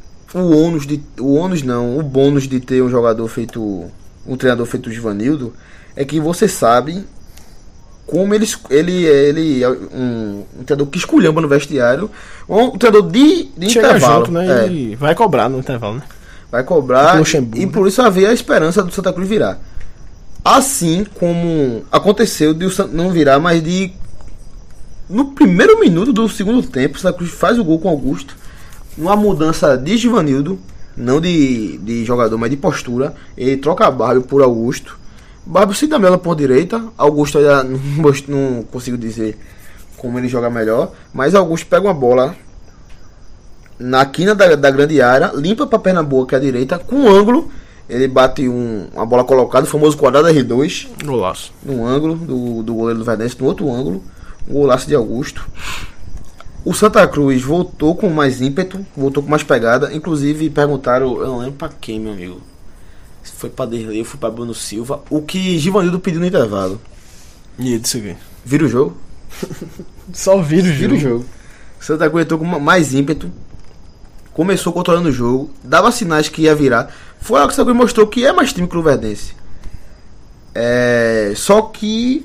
o bônus de ter um treinador feito o Givanildo, é que você sabe como ele é um treinador que esculhamba no vestiário, um treinador de intervalo. Junto, né? E vai cobrar no intervalo, né? Vai cobrar, e por isso havia a esperança do Santa Cruz virar. Assim como aconteceu de o Santa não virar, mas no primeiro minuto do segundo tempo, o Santa Cruz faz o gol com Augusto, uma mudança de Givanildo, não de jogador, mas de postura. Ele troca a Bárbio por Augusto. Bárbio se dá melhor por direita. Augusto ainda não consigo dizer como ele joga melhor, mas Augusto pega uma bola na quina da grande área, limpa para Pernambuco, que é a direita, com ângulo. Ele bate uma bola colocada, o famoso quadrado R2. Golaço. No ângulo do goleiro do Verdense, no outro ângulo. Um golaço de Augusto. O Santa Cruz voltou com mais ímpeto, voltou com mais pegada. Inclusive perguntaram, eu não lembro pra quem, meu amigo. Se foi pra Derlei ou foi pra Bruno Silva, o que Givanildo pediu no intervalo. E ele disse o quê? Vira o jogo. Só vira o jogo. O Santa Cruz entrou com mais ímpeto. Começou controlando o jogo. Dava sinais que ia virar. Foi algo que o Santa Cruz mostrou que é mais time que o Luverdense. Só que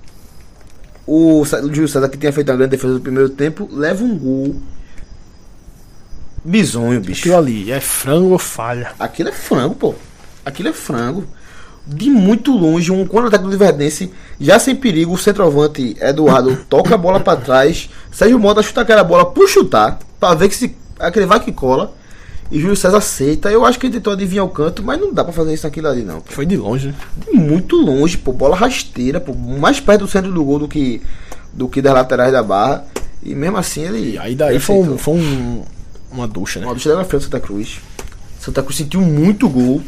o Júlio César, que tinha feito uma grande defesa no primeiro tempo, leva um gol bizonho, bicho. Aquilo ali é frango ou falha? Aquilo é frango, pô. Aquilo é frango. De muito longe, um contra-ataque do Luverdense, já sem perigo, o centroavante Eduardo toca a bola pra trás. Sérgio Mota chuta aquela bola por chutar, pra ver que aquele vai que cola. E Júlio César aceita. Eu acho que ele tentou adivinhar o canto, mas não dá pra fazer isso naquilo ali, não. Foi de longe, né? Muito longe, pô. Bola rasteira, pô. Mais perto do centro do gol do que das laterais da barra. E mesmo assim ele. E aí daí foi uma ducha, né? Uma ducha da frente do Santa Cruz. Santa Cruz sentiu muito gol.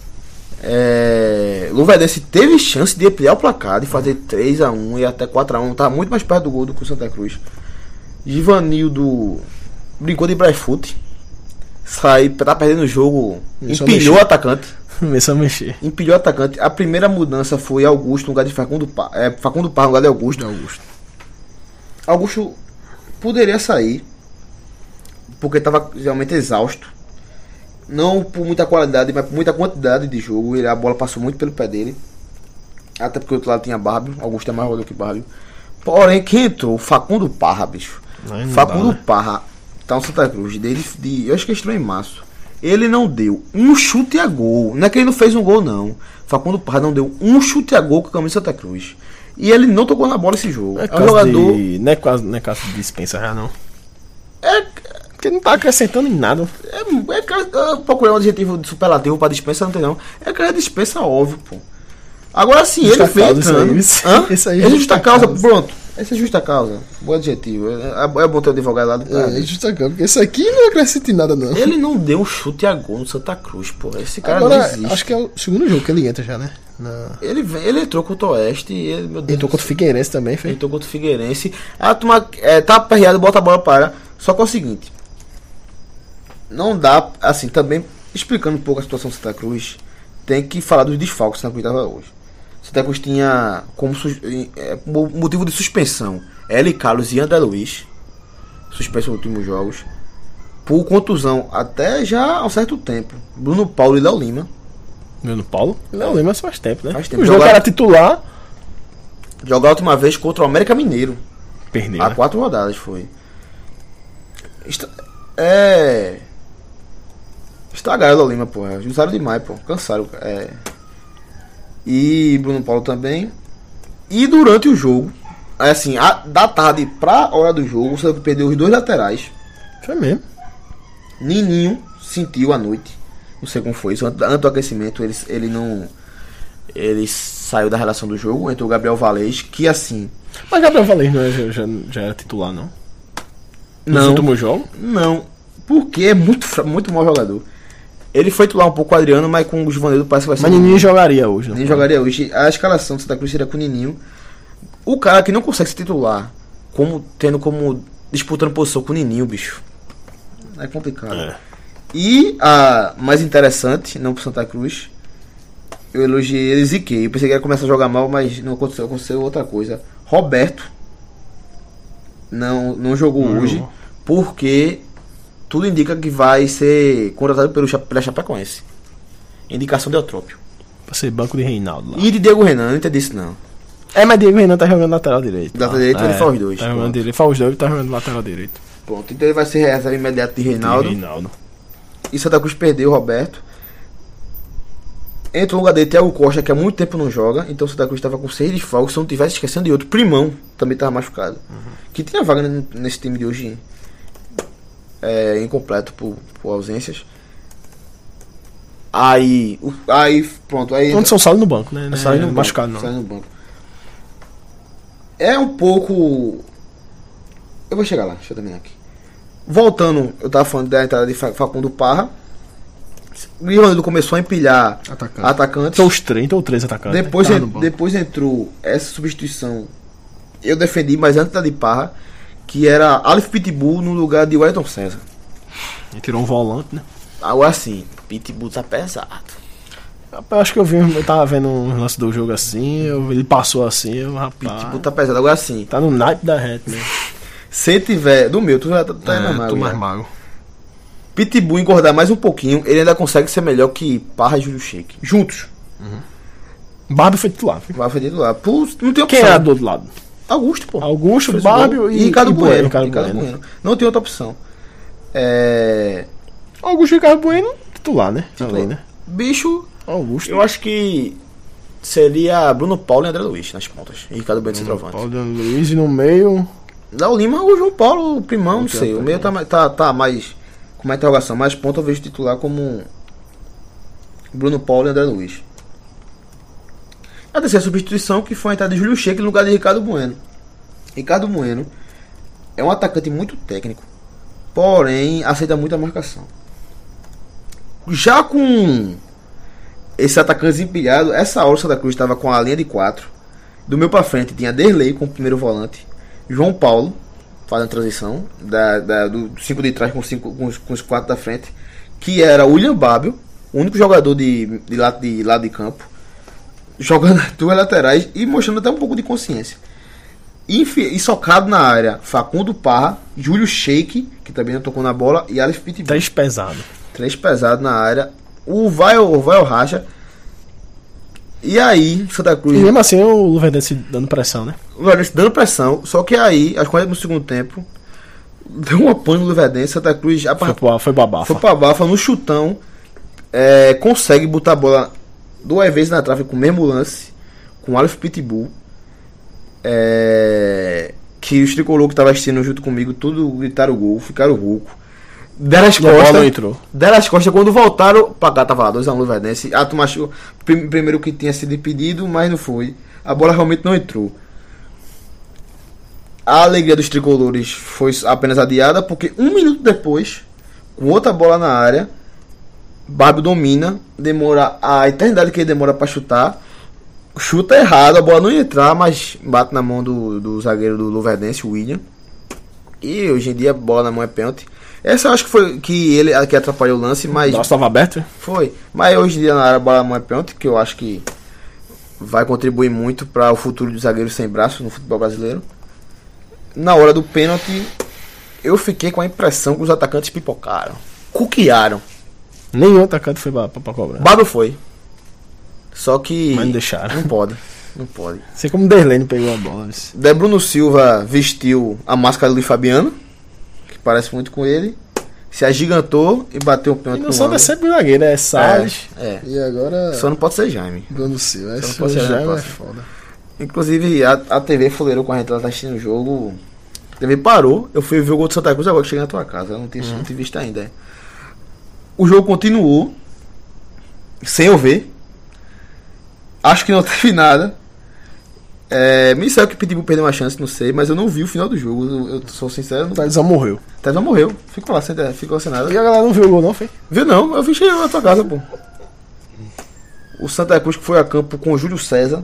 Luverdense teve chance de ampliar o placar, de fazer 3-1 e até 4-1. Tava muito mais perto do gol do que o Santa Cruz. Givanildo brincou de Braifoot. Tá perdendo o jogo. Empilhou o atacante. Começou a mexer. Empilhou o atacante. A primeira mudança foi Augusto no lugar de Facundo Parra. Facundo Parra no lugar de Augusto. Augusto poderia sair porque estava realmente exausto. Não por muita qualidade, mas por muita quantidade de jogo. A bola passou muito pelo pé dele. Até porque o outro lado tinha Bárbio. Augusto é mais jogador que Bárbio. Porém, quem entrou? Facundo Parra, bicho. Facundo Parra tá no Santa Cruz. Eu acho que ele estreou em março. Ele não deu um chute a gol. Não é que ele não fez um gol, não. Facundo Parra não deu um chute a gol com a camisa do Santa Cruz. E ele não tocou na bola esse jogo. É um jogador. Não é caso de dispensa já, não. Porque não tá acrescentando em nada. Eu procurei um adjetivo de superlativo pra dispensa, não tem não. É aquela dispensa óbvio, pô. Agora sim, ele veio entrando. Isso aí é justa causa, pronto. Essa é justa causa. Bom adjetivo. É bom ter um advogado lá. É justa causa, porque isso aqui não acrescenta em nada, não. Ele não deu um chute a gol no Santa Cruz, pô. Esse cara agora, não existe. Acho que é o segundo jogo que ele entra já, né? Ele entrou contra o Oeste e ele, meu Deus, entrou contra o Figueirense também, foi? Entrou contra o Figueirense. A turma tá aperreado, bota a bola para. Só que é o seguinte. Não dá, assim, também explicando um pouco a situação do Santa Cruz, tem que falar dos desfalques que o Santa Cruz estava hoje. Santa Cruz tinha como motivo de suspensão L. Carlos e André Luiz, suspenso nos últimos jogos, por contusão até já há um certo tempo. Bruno Paulo e Léo Lima. Bruno Paulo? Léo Lima faz tempo, né? Faz tempo. O jogo era titular. Jogar a última vez contra o América Mineiro. Perdeu. Há 4 rodadas foi. Estragaram o Léo Lima, porra. Usaram demais, pô. Cansaram. E Bruno Paulo também. E durante o jogo, assim, da tarde pra hora do jogo, o Santa perdeu os 2 laterais. Foi mesmo. Nininho sentiu à noite. Não sei como foi isso. Antes do aquecimento, ele não. Ele saiu da relação do jogo. Entrou o Gabriel Valês, que assim. Mas Gabriel Valês não já era titular, não? No último jogo? Não. Porque é muito mau jogador. Ele foi titular um pouco com o Adriano, mas com o Givanildo parece que vai ser. Mas Nininho jogaria hoje, não? Nininho jogaria hoje. A escalação do Santa Cruz seria com o Nininho. O cara que não consegue se titular, disputando posição com o Nininho, bicho. É complicado. E a mais interessante, não pro Santa Cruz, eu elogiei ele e ziquei. Eu pensei que ia começar a jogar mal, mas não aconteceu. Aconteceu outra coisa. Roberto não jogou hoje, porque tudo indica que vai ser contratado pela Chapecoense. Indicação de Eutrópio. Pra ser banco de Reinaldo lá. E de Diego Renan, não entendi isso não. Mas Diego Renan tá jogando lateral direito. Lateral direito ele faz os dois. Tá jogando direito, faz os dois e tá jogando lateral direito. Pronto, então ele vai ser reserva imediato de Reinaldo. E Santa Cruz perdeu o Roberto. Entra no lugar dele Thiago Costa, que há muito tempo não joga. Então o Santa Cruz estava com 6 desfalques. Se não tivesse esquecendo de outro, Primão também estava machucado. Que tinha vaga nesse time de hoje. Incompleto por ausências. Aí pronto. Anderson Salles no banco, né? Sai no machucado, não. Sai no banco. É um pouco. Eu vou chegar lá, deixa eu terminar aqui. Voltando, eu tava falando da entrada de Facundo Parra. O Givanildo começou a empilhar atacantes. São os 30 ou 3 atacantes. Depois entrou essa substituição. Eu defendi, mas antes da de Parra, que era Aleph Pitbull no lugar de Wellington César. E tirou um volante, né? Agora sim, Pitbull tá pesado. Eu acho que eu tava vendo um lance do jogo assim, ele passou assim, rapaz. Pitbull tá pesado, agora sim. Tá no naipe da reta, né? Se tiver. Do meu, tu já tá mais mago. Pitbull engordar mais um pouquinho, ele ainda consegue ser melhor que Parra e Júlio Sheik. Juntos. Bárbio foi titular. Não tem opção. Quem era do outro lado? Augusto, pô. Augusto, Bárbio e Ricardo Bueno. Não tem outra opção. Augusto e Ricardo Bueno, titular, né? Titular. Né? Bicho, Augusto. Eu acho que seria Bruno Paulo e André Luiz nas pontas. E Ricardo Bueno centroavante. Paulo e André Luiz e no meio. Léo Lima ou João Paulo, Primão, não sei. O meio tá mais com uma interrogação mais ponta, eu vejo titular como Bruno Paulo e André Luiz. A terceira substituição, que foi a entrada de Júlio Sheik no lugar de Ricardo Bueno. Ricardo Bueno é um atacante muito técnico, porém aceita muito a marcação. Já com esse atacante empilhado, essa hora o Santa Cruz estava com a linha de 4. Do meio para frente tinha Derlei como primeiro volante, João Paulo fazendo transição do 5 de trás com os 4 da frente, que era William Babel, o único jogador de lado de campo, jogando as duas laterais e mostrando até um pouco de consciência. E socado na área, Facundo Parra, Júlio Sheik, que também não tocou na bola, e Aleph Pitbull. 3 pesado. 3 pesado na área. O vai Racha. E aí, Santa Cruz. E mesmo assim o Luverdense dando pressão, né? O Luverdense dando pressão. Só que aí, às 40 do segundo tempo, deu uma pane no Luverdense. Santa Cruz foi babafa. Foi pra bafa no chutão. Consegue botar a bola 2 vezes na trave com o mesmo lance. Com o Aleph Pitbull. Que os tricolor que estavam assistindo junto comigo, tudo gritaram gol, ficaram rouco. Deram as costas quando voltaram pra cá, tava lá 2x1 Luverdense. A turma achou primeiro que tinha sido impedido, mas não foi. A bola realmente não entrou. A alegria dos tricolores foi apenas adiada, porque 1 minuto depois, com outra bola na área, Bárbio domina, demora a eternidade que ele demora pra chutar. Chuta errado, a bola não ia entrar, mas bate na mão do zagueiro do Luverdense, o William. E hoje em dia a bola na mão é pênalti. Essa eu acho que foi que atrapalhou o lance, mas. Nossa, estava aberto? Foi. Mas hoje em dia na área a bola na mão é pênalti, que eu acho que vai contribuir muito para o futuro dos zagueiros sem braço no futebol brasileiro. Na hora do pênalti, eu fiquei com a impressão que os atacantes pipocaram. Cuquearam. Nenhum atacante foi pra cobrar. Bárbio foi. Só que. Mas não deixaram. Não pode. Sei como o Derlene pegou a bola. De Bruno Silva vestiu a máscara do Luiz Fabiano, que parece muito com ele. Se agigantou e bateu o pênalti. E não só é sempre zagueiro, é Salles. E agora. Só não pode ser Jaime. Bruno Silva. Só não pode ser Jaime, é foda. Inclusive a TV fuleirou com a gente, ela tá assistindo o jogo. A TV parou. Eu fui ver o gol do Santa Cruz agora que cheguei na tua casa. Eu não tinha visto ainda. O jogo continuou. Sem eu ver. Acho que não teve nada. Me disseram que o Pitbull perdeu uma chance, não sei, mas eu não vi o final do jogo. Eu sou sincero. O Thales morreu. Ficou lá, ficou sem nada. E a galera não viu o gol, não, foi? Viu não, eu vi cheio na tua casa, pô. O Santa Cruz que foi a campo com o Júlio César.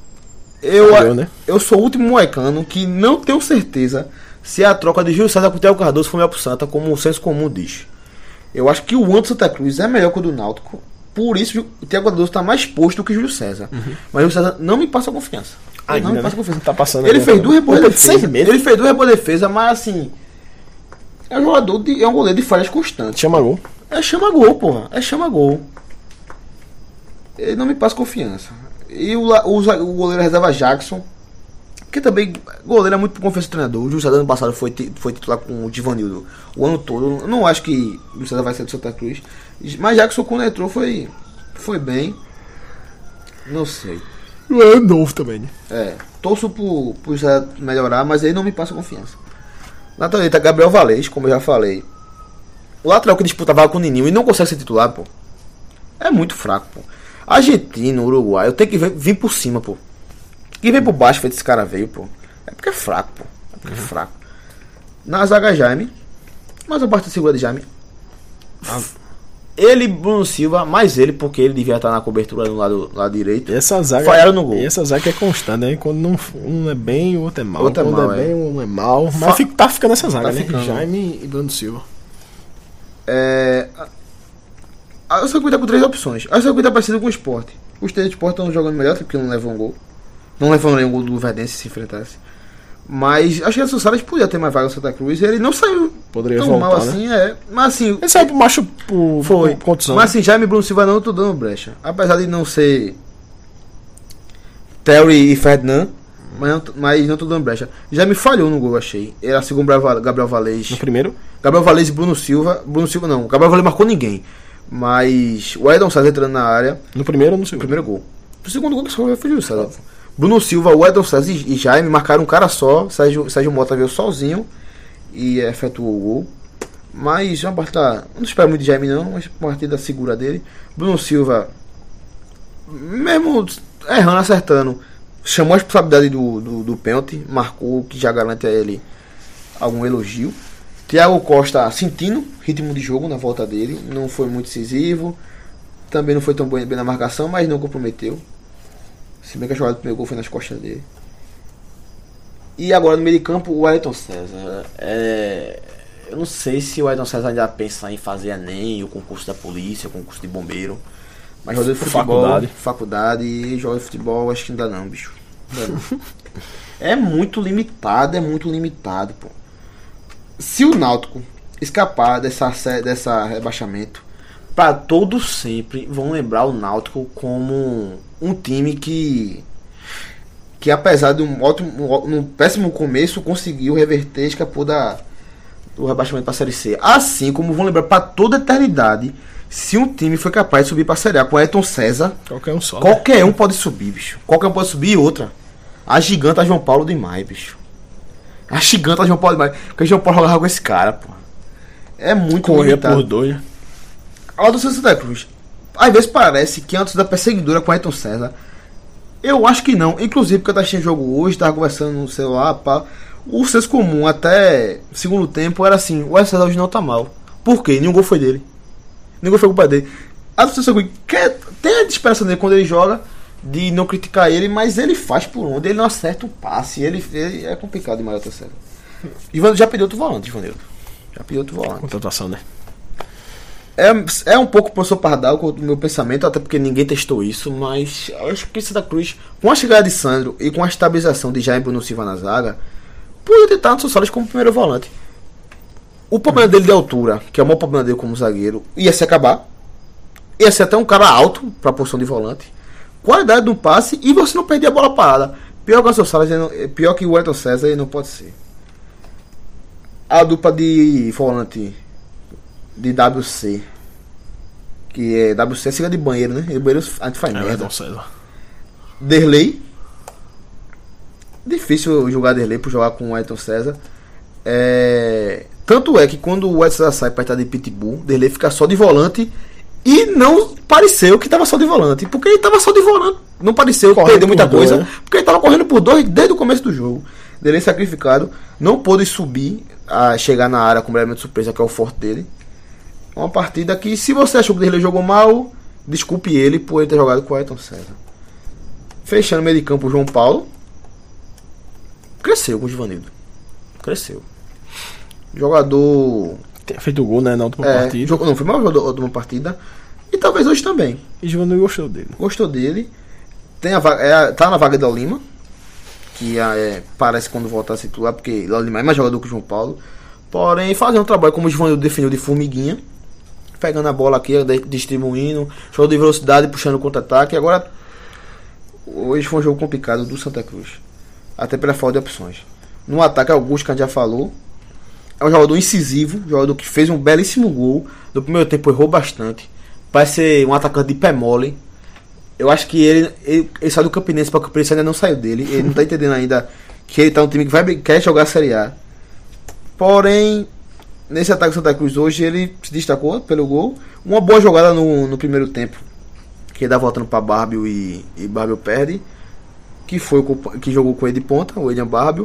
Eu sou o último moecano que não tenho certeza se a troca de Júlio César com o Thiago Cardoso foi melhor pro Santa, como o senso comum diz. Eu acho que o ano do Santa Cruz é melhor que o do Náutico. Por isso o Thiago Cardoso está mais posto do que o Júlio César. Mas o Júlio César não me passa confiança. Não me passa confiança. Tá passando. Ele fez 2 rebotes de defesa. Mas assim, é um goleiro de falhas constantes. Chama gol. Chama gol, porra. Chama gol. Ele não me passa confiança. E o goleiro reserva Jackson, que também goleiro é muito por confiança do treinador. O Júlio César ano passado foi titular com o Divanildo o ano todo. Eu não acho que o Júlio César vai ser do Santa Cruz. Mas Jackson quando entrou foi bem. Não sei. É novo também, né? Torço por José melhorar, mas ele não me passa confiança. Na direita, Gabriel Valês, como eu já falei. O lateral que disputava com o Nininho e não consegue ser titular, pô. É muito fraco, pô. Argentino, Uruguai, eu tenho que vir por cima, pô. Quem vem por baixo, feito esse cara veio, pô. É porque é fraco, pô. É fraco. Na zaga, Jaime. Mas a parte segura de Jaime. Ele, Bruno Silva, mais ele, porque ele devia estar na cobertura no lado direito. E essa zaga falharam no gol. E essa zaga é constante, né? Quando um é bem, o outro é mal. Quando é bem, um é mal. Mas tá ficando essa zaga, né? Ficando. Jaime e Bruno Silva. A Santa Cruz tá com 3 opções. A Santa Cruz tá parecida com o Sport. Os 3 do Sport estão jogando melhor, porque não levam um gol. Não levam nenhum gol do Luverdense se enfrentasse. Mas acho que o Salles podia ter mais vaga no Santa Cruz. Ele não saiu tão voltar, mal assim, né? Mas assim. Ele saiu pro macho por condição. Mas assim, Jaime e Bruno Silva não tô dando brecha. Apesar de não ser Terry e Ferdinand, mas não tô dando brecha. Jaime falhou no gol, achei. Era segundo Gabriel Valês. No primeiro? Gabriel Valês e Bruno Silva. Bruno Silva não. Gabriel Valês marcou ninguém. Mas o Edson César entrando na área. No primeiro ou no segundo? No primeiro gol. O segundo gol que foi o César. Bruno Silva, o Edson César e Jaime marcaram um cara só. Sérgio Mota veio sozinho e efetuou o gol. Mas uma partida, não espero muito de Jaime não, mas uma partida segura dele. Bruno Silva, mesmo errando, acertando, chamou a responsabilidade do pênalti, marcou, que já garante a ele algum elogio. Thiago Costa sentindo ritmo de jogo na volta dele, não foi muito decisivo, também não foi tão bem na marcação, mas não comprometeu. Se bem que a jogada do primeiro gol foi nas costas dele. E agora no meio de campo, o Ayrton César. Eu não sei se o Ayrton César ainda pensa em fazer ENEM, o concurso da polícia, o concurso de bombeiro. Mas jogador de futebol, faculdade e jogador de futebol, acho que ainda não, bicho. Ainda não. É muito limitado, pô. Se o Náutico escapar dessa rebaixamento, para todos sempre vão lembrar o Náutico como um time que apesar de um péssimo começo, conseguiu reverter, escapou do rebaixamento para a Série C. Assim como vão lembrar para toda a eternidade, se um time foi capaz de subir para a Série A com Ayrton César, qualquer um pode subir, bicho. Qualquer um pode subir. E outra, a giganta João Paulo demais, bicho. A giganta João Paulo demais. Porque João Paulo jogava com esse cara, pô. É muito corria por dois. A do Santa Cruz, às vezes parece que antes da perseguidora com Ayrton César, eu acho que não. Inclusive, porque eu assistindo jogo hoje, tava conversando no celular, pá. O senso comum até segundo tempo era assim: o Ayrton César hoje não tá mal. Por quê? Nenhum gol foi dele. Nenhum gol foi culpa dele. A do Santa Cruz tem a dispersão dele quando ele joga, de não criticar ele, mas ele faz por onde, ele não acerta o passe. Ele é complicado demais o Ayrton César. Ivanildo já pediu outro volante, Ivanildo. Já pediu outro volante. Contratação, né? É um pouco o professor Pardal com o meu pensamento, até porque ninguém testou isso, mas eu acho que Santa Cruz, com a chegada de Sandro e com a estabilização de Jaime Bruno Silva na zaga, podia tentar no Soares como primeiro volante. O problema dele de altura, que é o maior problema dele como zagueiro, ia se acabar. Ia ser até um cara alto para a posição de volante. Qualidade do passe e você não perder a bola parada. Pior que o Soares, pior que o Ayrton César, ele não pode ser. A dupla de volante de WC, que é WC siga de banheiro, né? E banheiro a gente faz merda. Derlei, difícil jogar Derlei por jogar com o Ayrton César. Tanto é que quando o Ayrton César sai para estar de Pitbull, Derlei fica só de volante e não pareceu que estava só de volante, porque ele estava só de volante, não pareceu perder muita coisa, porque ele estava correndo por dois desde o começo do jogo. Derlei sacrificado, não pôde subir a chegar na área com elemento de surpresa, que é o forte dele. Uma partida que, se você achou que o Derlei jogou mal, desculpe ele por ele ter jogado com o Ayrton César. Fechando o meio de campo, o João Paulo cresceu com o Givanildo. Cresceu. Jogador. Tem feito gol, né, na última partida. Não, foi mal jogador de uma partida. E talvez hoje também. E o Givanildo gostou dele. Gostou dele. Tem tá na vaga da Lima, que parece quando voltar a se titular, porque o Lima é mais jogador que o João Paulo. Porém, fazendo um trabalho como o Givanildo definiu de formiguinha, pegando a bola aqui, distribuindo, jogo de velocidade, puxando o contra-ataque. Agora, hoje foi um jogo complicado do Santa Cruz, até pela falta de opções. No ataque, Augusto, que a gente já falou, é um jogador incisivo, jogador que fez um belíssimo gol. No primeiro tempo errou bastante, parece ser um atacante de pé mole. Eu acho que ele saiu do Campinense para o Campinense, ainda não saiu dele. Ele não está entendendo ainda que ele está um time que quer jogar a Série A. Porém, nesse ataque do Santa Cruz hoje, ele se destacou pelo gol. Uma boa jogada no primeiro tempo, que ele dá voltando para Bárbio e Bárbio perde, que jogou com ele de ponta, o William Bárbio.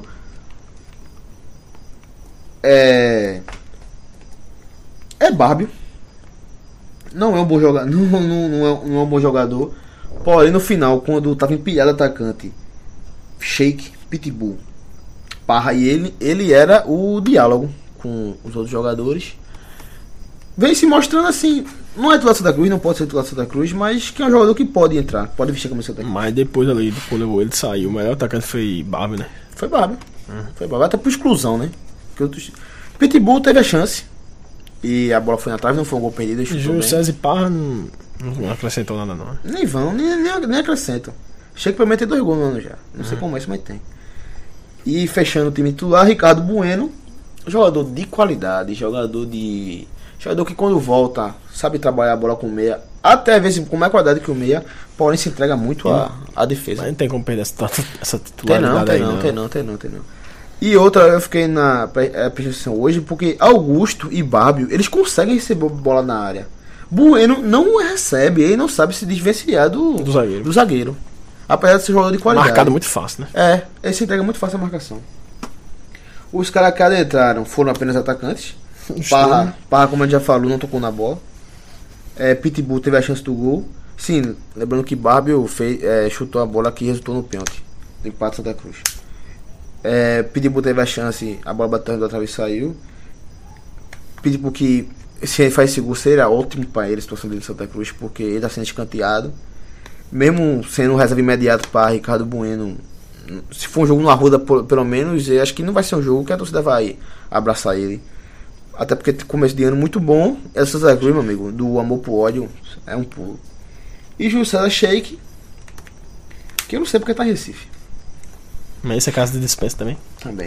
É Bárbio. Não é um bom jogador, não é um bom jogador. Porém, no final, quando estava empilhado atacante, Sheik, Pitbull, Parra e ele era o diálogo com os outros jogadores. Vem se mostrando assim, não é titular Santa Cruz, não pode ser titular Santa Cruz, mas que é um jogador que pode entrar, pode vestir a camisa Santa Cruz. Mas depois ali, quando ele saiu, o melhor atacante foi Bárbio, né? Foi Bárbio. Foi Bárbio, até por exclusão, né? Pitbull teve a chance e a bola foi na trave, não foi um gol perdido. Júlio César e Parra não acrescentou nada não. Nem vão, nem acrescentam. Chega pra meter 2 gols no ano já. Não sei como é isso, mas tem. E fechando o time titular, Ricardo Bueno, jogador de qualidade, jogador que quando volta sabe trabalhar a bola com meia, até às vezes com mais qualidade que o meia, porém se entrega muito à defesa. Mas não tem como perder essa titularidade. Tem não. E outra, eu fiquei na percepção hoje, porque Augusto e Bárbio, eles conseguem receber bola na área. Bueno não recebe, ele não sabe se desvencilhar do zagueiro. Apesar de ser jogador de qualidade. Marcado muito fácil, né? Ele se entrega muito fácil a marcação. Os caras que adentraram foram apenas atacantes. Parra, como a gente já falou, não tocou na bola. Pitbull teve a chance do gol. Sim, lembrando que Bárbio chutou a bola que resultou no pênalti. Do empate Santa Cruz. Pitbull teve a chance, a bola bateu da trave e saiu. Pitbull que, se ele faz esse gol, seria ótimo para ele, a situação dele de Santa Cruz, porque ele está sendo escanteado. Mesmo sendo reserva imediato para Ricardo Bueno, se for um jogo no Arruda, pelo menos, eu acho que não vai ser um jogo que a torcida vai abraçar ele. Até porque tem começo de ano muito bom. Essa Santa Cruz, meu amigo, do amor pro ódio, é um pulo. E Júlio César Sheik, que eu não sei porque tá em Recife. Mas esse é caso de dispensa também? Também.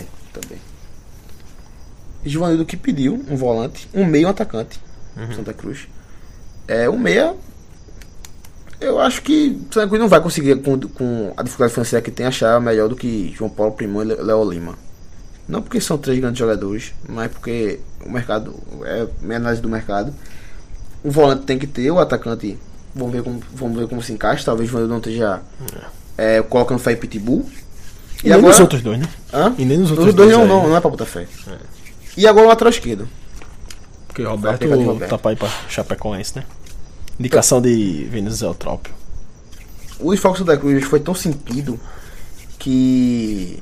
E Givanildo que pediu um volante, um meio, um atacante. Santa Cruz. Um meia. Eu acho que Santa Cruz não vai conseguir, com a dificuldade financeira que tem, achar melhor do que João Paulo Primão e Léo Lima. Não porque são 3 grandes jogadores, mas porque o mercado, minha análise do mercado. O volante tem que ter, o atacante, vamos ver como se encaixa. Talvez o Givanildo não esteja colocando fé em Pitbull. E nem nos outros dois, né? E nem nos outros dois não é pra botar fé. E agora o lateral esquerdo. Porque o Roberto tá pra ir pra Chapecoense, né? Indicação de Vinícius Eutrópio. O desfalque da Cruz foi tão sentido que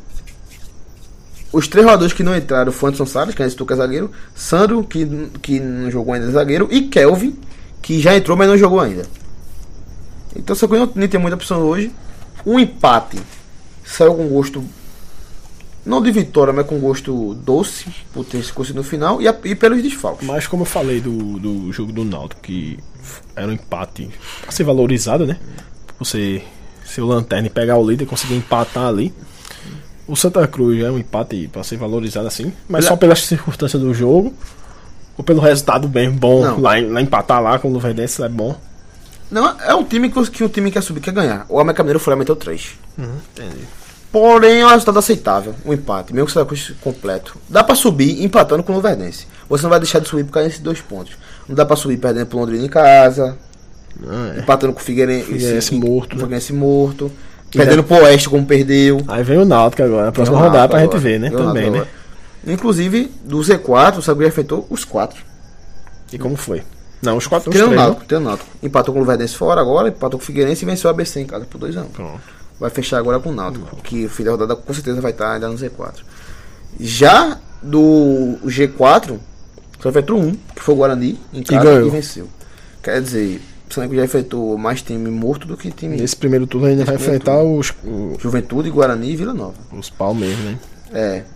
os 3 jogadores que não entraram foi Anderson Salles, que é zagueiro, Sandro, que não jogou ainda zagueiro, e Kelvin, que já entrou, mas não jogou ainda. Então Santa Cruz não tem muita opção hoje. Um empate saiu com gosto, não de vitória, mas com gosto doce, por ter se conseguido no final, e pelos desfalques. Mas como eu falei do jogo do Náutico, que era um empate a ser valorizado, né? Você ser o lanterna e pegar o líder e conseguir empatar ali. O Santa Cruz é um empate para ser valorizado assim, mas só pelas circunstâncias do jogo, ou pelo resultado bem bom, lá empatar lá com o Luverdense é bom. Não, é um time que o time quer subir, quer ganhar. O América Mineiro foi lá, meteu 3. Entendi. Porém, é um resultado aceitável, um empate, mesmo que o Santa Cruz completo. Dá pra subir empatando com o Luverdense. Você não vai deixar de subir por causa desses 2 pontos. Não dá pra subir perdendo pro Londrina em casa, empatando com o Figueirense morto, perdendo pro Oeste como perdeu. Aí vem o Náutico agora, na próxima rodada pra gente ver, né? Também, né? Inclusive, do Z4, o Santa Cruz enfrentou os 4. E como foi? Não, os 4 tem o Náutico. Empatou com o Luverdense fora agora, empatou com o Figueirense e venceu o ABC em casa por 2-1. Pronto. Vai fechar agora com o Náutico, que o fim da rodada com certeza vai estar ainda no Z4. Já do G4, só enfrentou um, que foi o Guarani, em casa, e venceu. Quer dizer, o Santa Cruz já enfrentou mais time morto do que time... Nesse primeiro turno ainda vai enfrentar o Juventude, Guarani e Vila Nova. Os pau mesmo, né?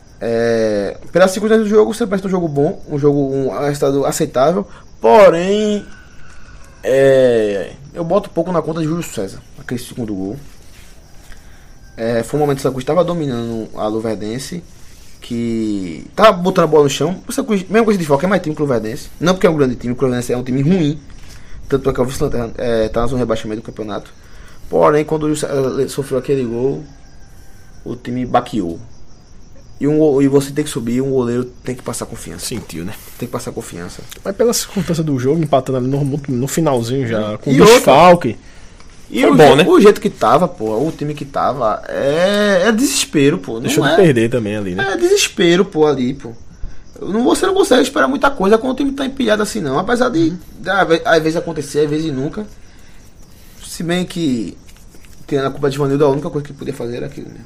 Pela circunstância do jogo, você parece um jogo bom, um resultado aceitável, porém eu boto um pouco na conta de Júlio César, aquele segundo gol. Foi um momento que o Santa Cruz estava dominando a Luverdense, que tava botando a bola no chão. O Santa Cruz, mesmo coisa de foco, é mais time que o Luverdense. Não porque é um grande time, o Luverdense é um time ruim, tanto é que o vice-lanterna tá na zona de rebaixamento do campeonato. Porém, quando o César sofreu aquele gol, o time baqueou. E você tem que subir, um goleiro tem que passar confiança. Sentiu, né? Tem que passar confiança. Mas pela circunstância do jogo, empatando ali no finalzinho já, com o desfalque. E foi bom, né? O jeito que tava, pô, o time que tava, é desespero, pô. Deixou de perder também ali, né? É desespero, pô, ali, pô. Você não consegue esperar muita coisa quando o time tá empilhado assim, não. Apesar de, às vezes acontecer, às vezes nunca. Se bem que, tendo a culpa de Givanildo, a única coisa que podia fazer era aquilo, né?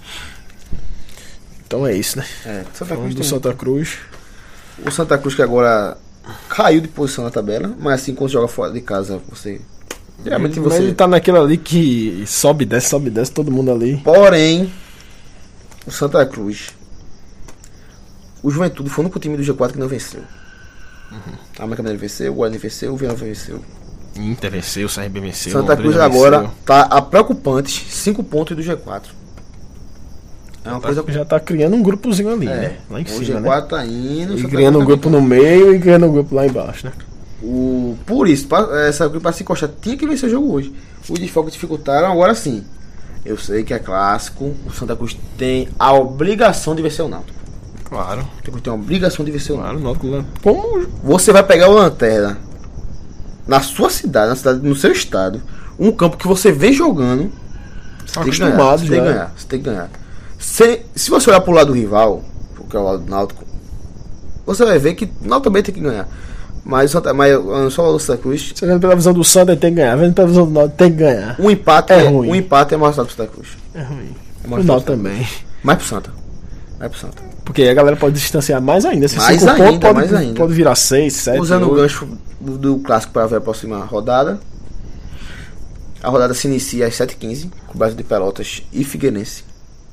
Então é isso, né? Santa Cruz do Santa Cruz. O Santa Cruz que agora caiu de posição na tabela, mas assim, quando joga fora de casa, você... Geralmente mas ele tá naquele ali que sobe e desce, todo mundo ali. Porém, o Santa Cruz, o Juventude foi o único time do G4 que não venceu. A América Mineiro venceu, o Guarani venceu, o Vila Nova venceu. Inter venceu, o CRB venceu. Santa Cruz agora tá a preocupantes 5 pontos do G4. É uma coisa... Já tá criando um grupozinho ali, né? Lá em cima, o G4 tá indo. E criando um grupo no meio e criando um grupo lá embaixo, né? Por isso, para se encostar, tinha que vencer o jogo hoje. Os desfalques dificultaram, agora sim. Eu sei que é clássico. O Santa Cruz tem a obrigação de vencer o Náutico. Claro. O Santa Cruz tem a obrigação de vencer o Náutico. Claro, o Náutico. Como? Você vai pegar o Lanterna na sua cidade, no seu estado, um campo que você vem jogando. Você tem que ganhar. Você tem que ganhar. Se você olhar pro lado do rival, que é o lado do Náutico, você vai ver que o Náutico também tem que ganhar. Mas só o Santa Cruz. Você vendo pela visão do Santa, tem que ganhar. Vendo pela visão do Náutico, tem que ganhar. Um empate é ruim. Um empate é mais fácil pro Santa Cruz. É ruim. O Náutico também. Mais pro Santa. Porque aí a galera pode distanciar mais ainda. Se mais 5 ainda, pontos pode virar 6, 7. Usando 8. o gancho do clássico para ver a próxima rodada. A rodada se inicia às 7h15, com base de Pelotas e Figueirense.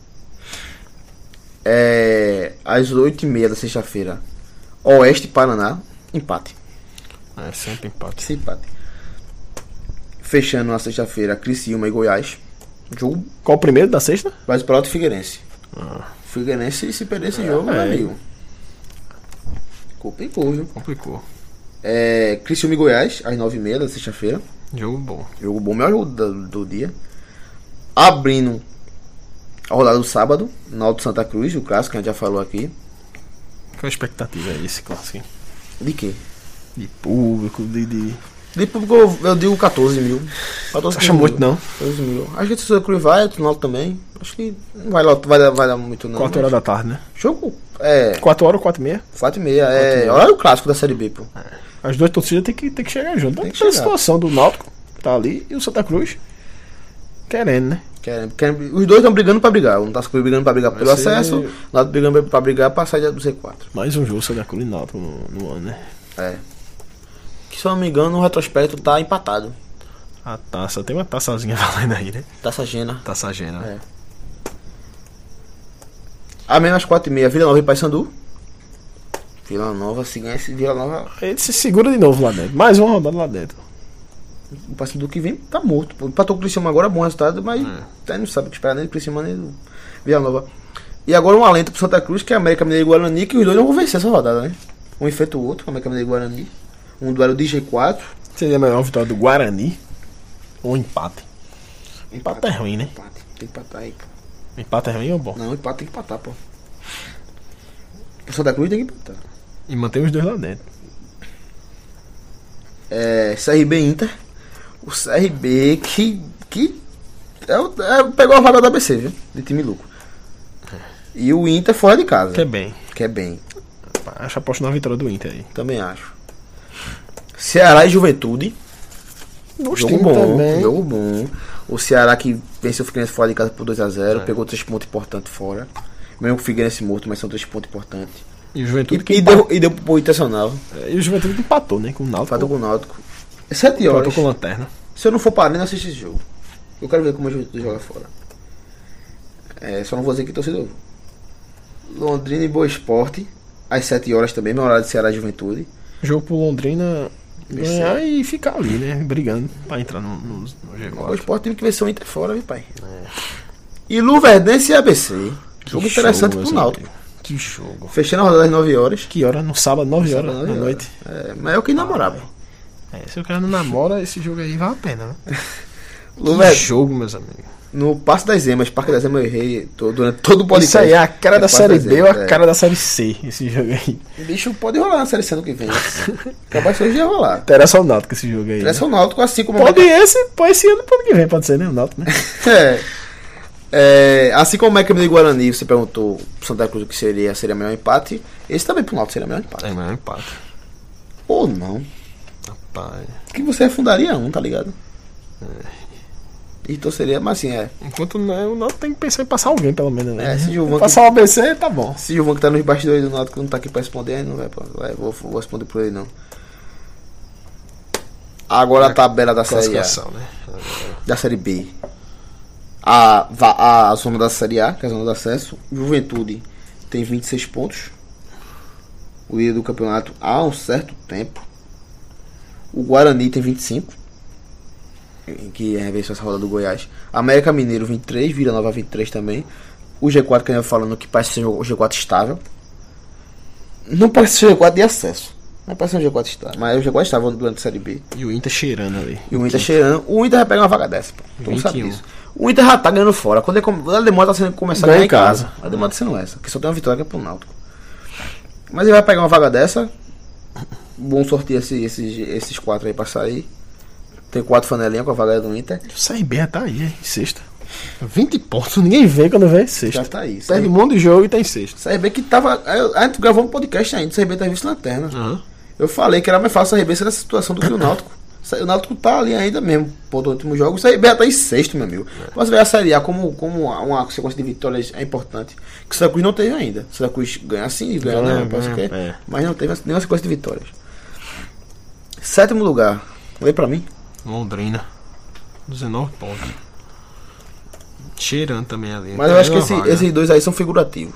Às 8h30 da sexta-feira, Oeste e Paraná, empate. Sempre empate. Fechando na sexta-feira, Criciúma e Goiás. Jogo. Qual o primeiro da sexta? Base de Pelotas e Figueirense. Figueirense, se perder esse jogo, meu amigo. Complicou, viu? Criciúma e Goiás, às 9h30 da sexta-feira. Jogo bom, melhor jogo do dia. Abrindo a rodada do sábado, Náutico Santa Cruz, o clássico que a gente já falou aqui. Qual a expectativa aí esse clássico? De quê? De público, de público eu digo 14 mil. Acha muito não? 14 mil. Acho que o Santa Cruz vai, o Náutico também. Acho que não vai dar muito não. 4 horas da tarde, né? Jogo 4 horas ou 4h30? 4h30, horário clássico da Série B, pô. As duas torcidas tem que chegar junto. Tem que chegar. A situação do Náutico tá ali e o Santa Cruz querendo, né? Os dois estão brigando pra brigar. Um tá brigando pra brigar pelo acesso, o Náutico brigando pra brigar pra sair do C4. Mais um jogo Santa Cruz e Náutico no ano, né? Que se eu não me engano, o retrospecto tá empatado. A taça, tem uma taçazinha valendo aí, né? Taça Gena. A menos 4h30, Vila Nova e Paysandu. Vila Nova, se ganha esse Vila Nova. Ele se segura de novo lá dentro. Mais uma rodada lá dentro. O Paysandu que vem tá morto. Empatou com o Criciúma agora, bom resultado, mas não sabe o que esperar nem do Criciúma nem do Vila Nova. E agora um alento pro Santa Cruz, que é América Mineiro e Guarani, que os dois não vão vencer essa rodada, né? Um enfrenta o outro, América Mineiro e Guarani. Um duelo de G4. Seria a melhor vitória do Guarani ou empate? Empate é ruim, né? Tem que empatar aí, pô. Empate é ruim ou bom? Não, empate tem que empatar, pô. O Santa Cruz tem que empatar. E mantém os dois lá dentro. CRB Inter. O CRB que pegou a vaga da ABC, viu? De time lucro. E o Inter fora de casa. Quer bem. Acho aposto na vitória do Inter aí. Também acho. Ceará e Juventude. Jogo bom. O Ceará que venceu o Figueirense fora de casa por 2-0. Pegou 3 pontos importantes fora. Mesmo com o Figueirense morto, mas são 3 pontos importantes. E o Juventude e deu pro Internacional. E o Juventude que empatou, né? Com o Náutico. Empatou com o Náutico. 7 horas. Empatou com a Lanterna. Se eu não for para nem assistir esse jogo. Eu quero ver como a Juventude joga fora. Só não vou dizer que torcedor. Londrina e Boa Esporte. Às 7 horas também, no horário de Ceará e Juventude. Jogo pro Londrina ganhar e ficar ali, né? Brigando pra entrar no G4. Boa Esporte tem que vencer o Inter fora, viu, pai? E Luverdense e ABC. Jogo interessante pro Náutico. Que jogo. Fechando a rodada às 9 horas. Que hora? No sábado, 9 horas da noite. Mas é o que namorar, pô. Se o cara não namora, esse jogo aí vale a pena, né? Que jogo, meus amigos. No Passo das Emas, Parque das Emas, eu errei durante todo o podcast. Isso aí é a cara da Série B ou a cara da Série C, esse jogo aí. O bicho pode rolar na Série C no que vem. Capaz de hoje ia rolar. Interessa o Náutico esse jogo aí. Interessa o Náutico, assim como... Pode esse ano, pode que vem, pode ser, né? O Náutico, né? Assim como o América Mineiro e Guarani, você perguntou pro Santa Cruz o que seria melhor empate. Esse também pro Náutico seria melhor empate. É melhor empate. Ou não. Rapaz. Que você afundaria um, tá ligado? Então seria, mas assim, Enquanto não, o Náutico tem que pensar em passar alguém, pelo menos, né? Se Gilvan passar o ABC, tá bom. Se Gilvan que tá nos bastidores do Náutico não tá aqui pra responder, aí não vou responder por ele, não. Agora a tabela da Série A. Né? Da Série B. A zona da Série A, que é a zona do acesso. Juventude tem 26 pontos. O líder do campeonato há um certo tempo. O Guarani tem 25. Que reversou essa roda do Goiás. América Mineiro 23, Vila Nova 23 também. O G4 que eu ia falando que parece ser o G4 estável. Não parece ser o G4 de acesso. Não parece ser um G4 estável. Mas o G4 estável durante a Série B. E o Inter cheirando ali. O Inter vai pegar uma vaga dessa, pô. Tu não sabe disso. O Inter já tá ganhando fora. Quando ele demora tá sendo começar a ganhar em casa. A demora tá sendo essa, que só tem uma vitória que é pro Náutico. Mas ele vai pegar uma vaga dessa. Bom sorteio esses 4 aí pra sair. Tem 4 fanelinhas com a vaga do Inter. O CRB já tá aí, em sexta. 20 pontos, ninguém vê quando vem sexta. Já tá aí. Perde um monte de jogo e tá em sexta. CRB que tava. A gente gravou um podcast ainda. O CRB tá vice-lanterna. Uhum. Eu falei que era mais fácil o CRB ser nessa situação do que o Náutico. O Náutico tá ali ainda mesmo, por do último jogo. O CRB já tá em sexto, meu amigo. Você vê a Série A como uma sequência de vitórias é importante. Que o Santa Cruz não teve ainda. O Santa Cruz ganha sim, ganha não, mas não teve nenhuma sequência de vitórias. 7º lugar. Lê pra mim. Londrina. 19 pontos. Cheirando também ali. Mas eu acho que esses 2 aí são figurativos.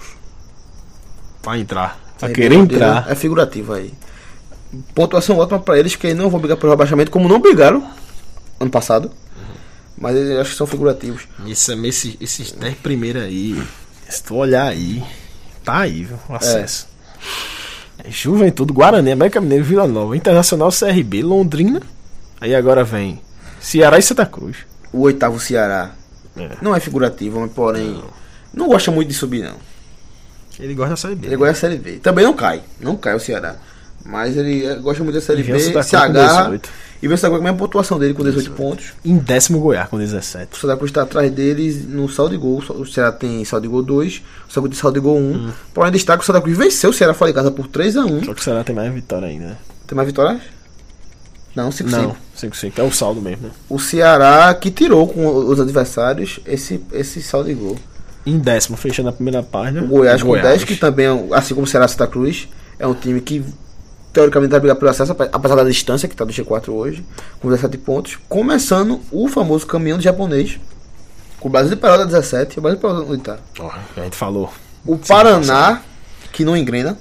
Pra entrar. Pra querer entrar. É figurativo aí. Pontuação ótima pra eles, que não vão brigar pelo rebaixamento, como não brigaram ano passado. Mas eu acho que são figurativos. Esses 10 primeiros aí, se tu olhar aí, tá aí, viu? O acesso. Juventude, Guarani, América Mineiro, Vila Nova, Internacional, CRB, Londrina. Aí agora vem Ceará e Santa Cruz. O 8º Ceará. Não é figurativo, mas porém não gosta muito de subir, não. Ele gosta da Série B. Ele gosta da Série B. Também não cai o Ceará. Mas ele gosta muito da Série B, se agarra e vê se agora com a mesma pontuação dele com 18 pontos. Em 10º Goiás com 17. O Santa Cruz está atrás deles no saldo de gol. O Ceará tem saldo de gol 2, o Santa Cruz tem saldo de gol 1. Porém, destaque que o Santa Cruz venceu o Ceará fora de casa por 3-1. Só que o Ceará tem mais vitória ainda, né? Tem mais vitórias? Não, 5-5. Não, 5-5. É o saldo mesmo, né? O Ceará que tirou com os adversários esse saldo de gol. Em 10º, fechando a primeira página. O Goiás com 10, que também, assim como o Ceará e Santa Cruz, é um time que teoricamente vai brigar pelo acesso, apesar da distância, que está do G4 hoje, com 17 pontos. Começando o famoso caminhão do japonês, com o Brasil de Pelotas 17, o Brasil de Pelotas onde está? A gente falou. O Paraná, que não engrena,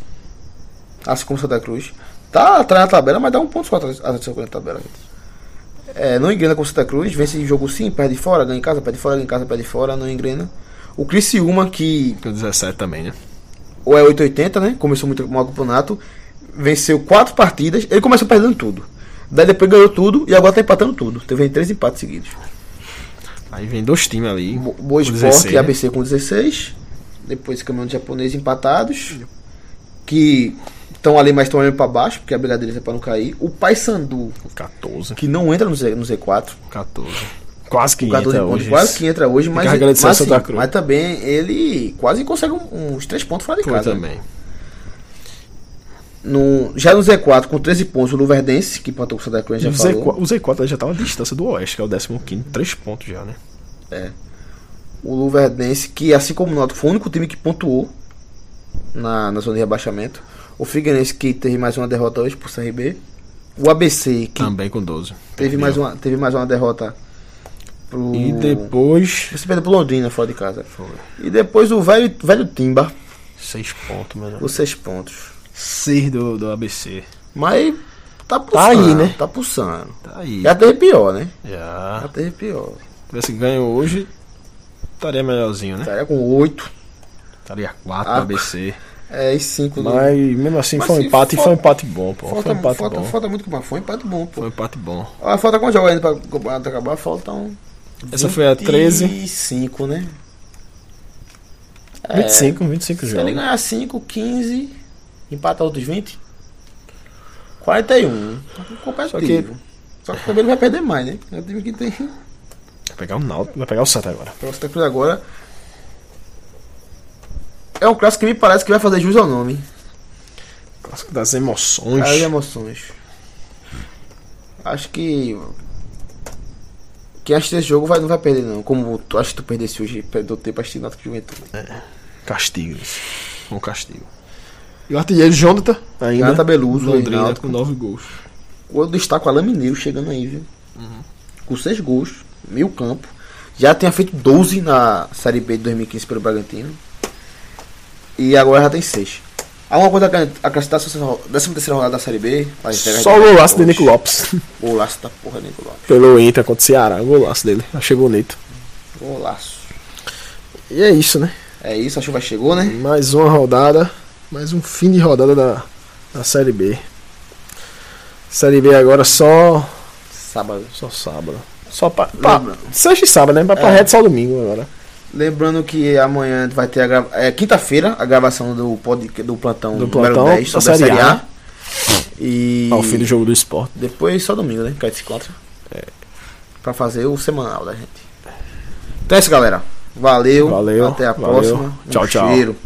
assim como o Santa Cruz, tá atrás na tabela, mas dá um ponto só atrás na tabela. Não engrena com o Santa Cruz, vence em jogo sim, perde fora, ganha em casa, perde fora, ganha em casa, perde fora, não engrena. O Criciúma, que... Com 17 também, né? Ou é 880, né? Começou muito mal o campeonato. Venceu 4 partidas. Ele começou perdendo tudo. Daí depois ganhou tudo e agora tá empatando tudo. Teve 3 empates seguidos. Aí vem 2 times ali. Boa Esporte e ABC com 16. Depois caminhão de japonês empatados. Que estão ali, mas estão olhando pra baixo, porque a briga deles é pra não cair. O Paysandu, 14. que não entra no Z4. 14. Quase que entra hoje. Quase que entra hoje, mas também ele quase consegue uns 3 pontos fora de casa. Também. Já no Z4, com 13 pontos, o Luverdense, que empatou com o Santa Cruz, já falou. O Z4 já tá na distância do Oeste, que é o 15º, 3 pontos já, né? O Luverdense, que assim como o Náutico, foi o único time que pontuou na zona de rebaixamento. O Figueirense, que teve mais uma derrota hoje pro CRB. O ABC, que também com 12. Teve mais uma derrota pro... E depois... Você perdeu pro Londrina, fora de casa. Foi. E depois o velho Timba. 6 pontos, mano. Com 6 pontos. 6 do ABC. Mas tá pulsando. Tá aí, né? Tá pulsando. Tá aí. Já teve pior, né? Já teve pior. Se tivesse ganho hoje, estaria melhorzinho, né? Estaria com 8. Estaria 4 do ABC. E 5 do... Mas mesmo assim foi um empate e foi um empate bom, pô. Falta muito que foi um empate bom, pô. Foi um empate bom. Falta quantos jogos ainda pra acabar? Faltam... Essa foi a 13. 25, né? 25 jogos. Se ele ganhar 5, 15, empatar outros 20, 41. Competitivo. Só que também ele vai perder mais, né? É o time que tem... Vai pegar o Náutico, vai pegar o Santa agora. O Santa Cruz agora... É um clássico que me parece que vai fazer jus ao nome. Clássico das emoções. As emoções. Acho que... Quem assistir esse jogo não vai perder, não. Como tu acha que tu perdesse hoje, perdeu tempo assistindo Náutico e Juventude. Castigo. Um castigo. E o artilheiro Jonathan ainda. Jonathan Beluso, Londrina com 9 gols. Eu destaco o Alain Mineiro chegando aí, viu? Com 6 gols, meio campo. Já tinha feito 12 na Série B de 2015 pelo Bragantino. E agora já tem 6. Alguma coisa a acrescentar essa 13ª rodada da Série B? Só o golaço de Nico Lopes. Golaço da porra de Nico Lopes. Pelo Inter contra o Ceará. O golaço dele. Achei bonito. Golaço. E é isso, né? É isso, a chuva chegou, né? Mais uma rodada. Mais um fim de rodada da Série B. Série B agora só... Sábado. Só sábado. Só pra sexta e sábado, né? Pra rede só domingo agora. Lembrando que amanhã vai ter quinta-feira a gravação do plantão número 10 sobre a Série A. E ao fim do jogo do Sport. Depois só domingo, né? Que a gente se encontra. Pra fazer o semanal da gente. Então é isso, galera. Valeu. Até a próxima. Tchau, tchau. Cheiro.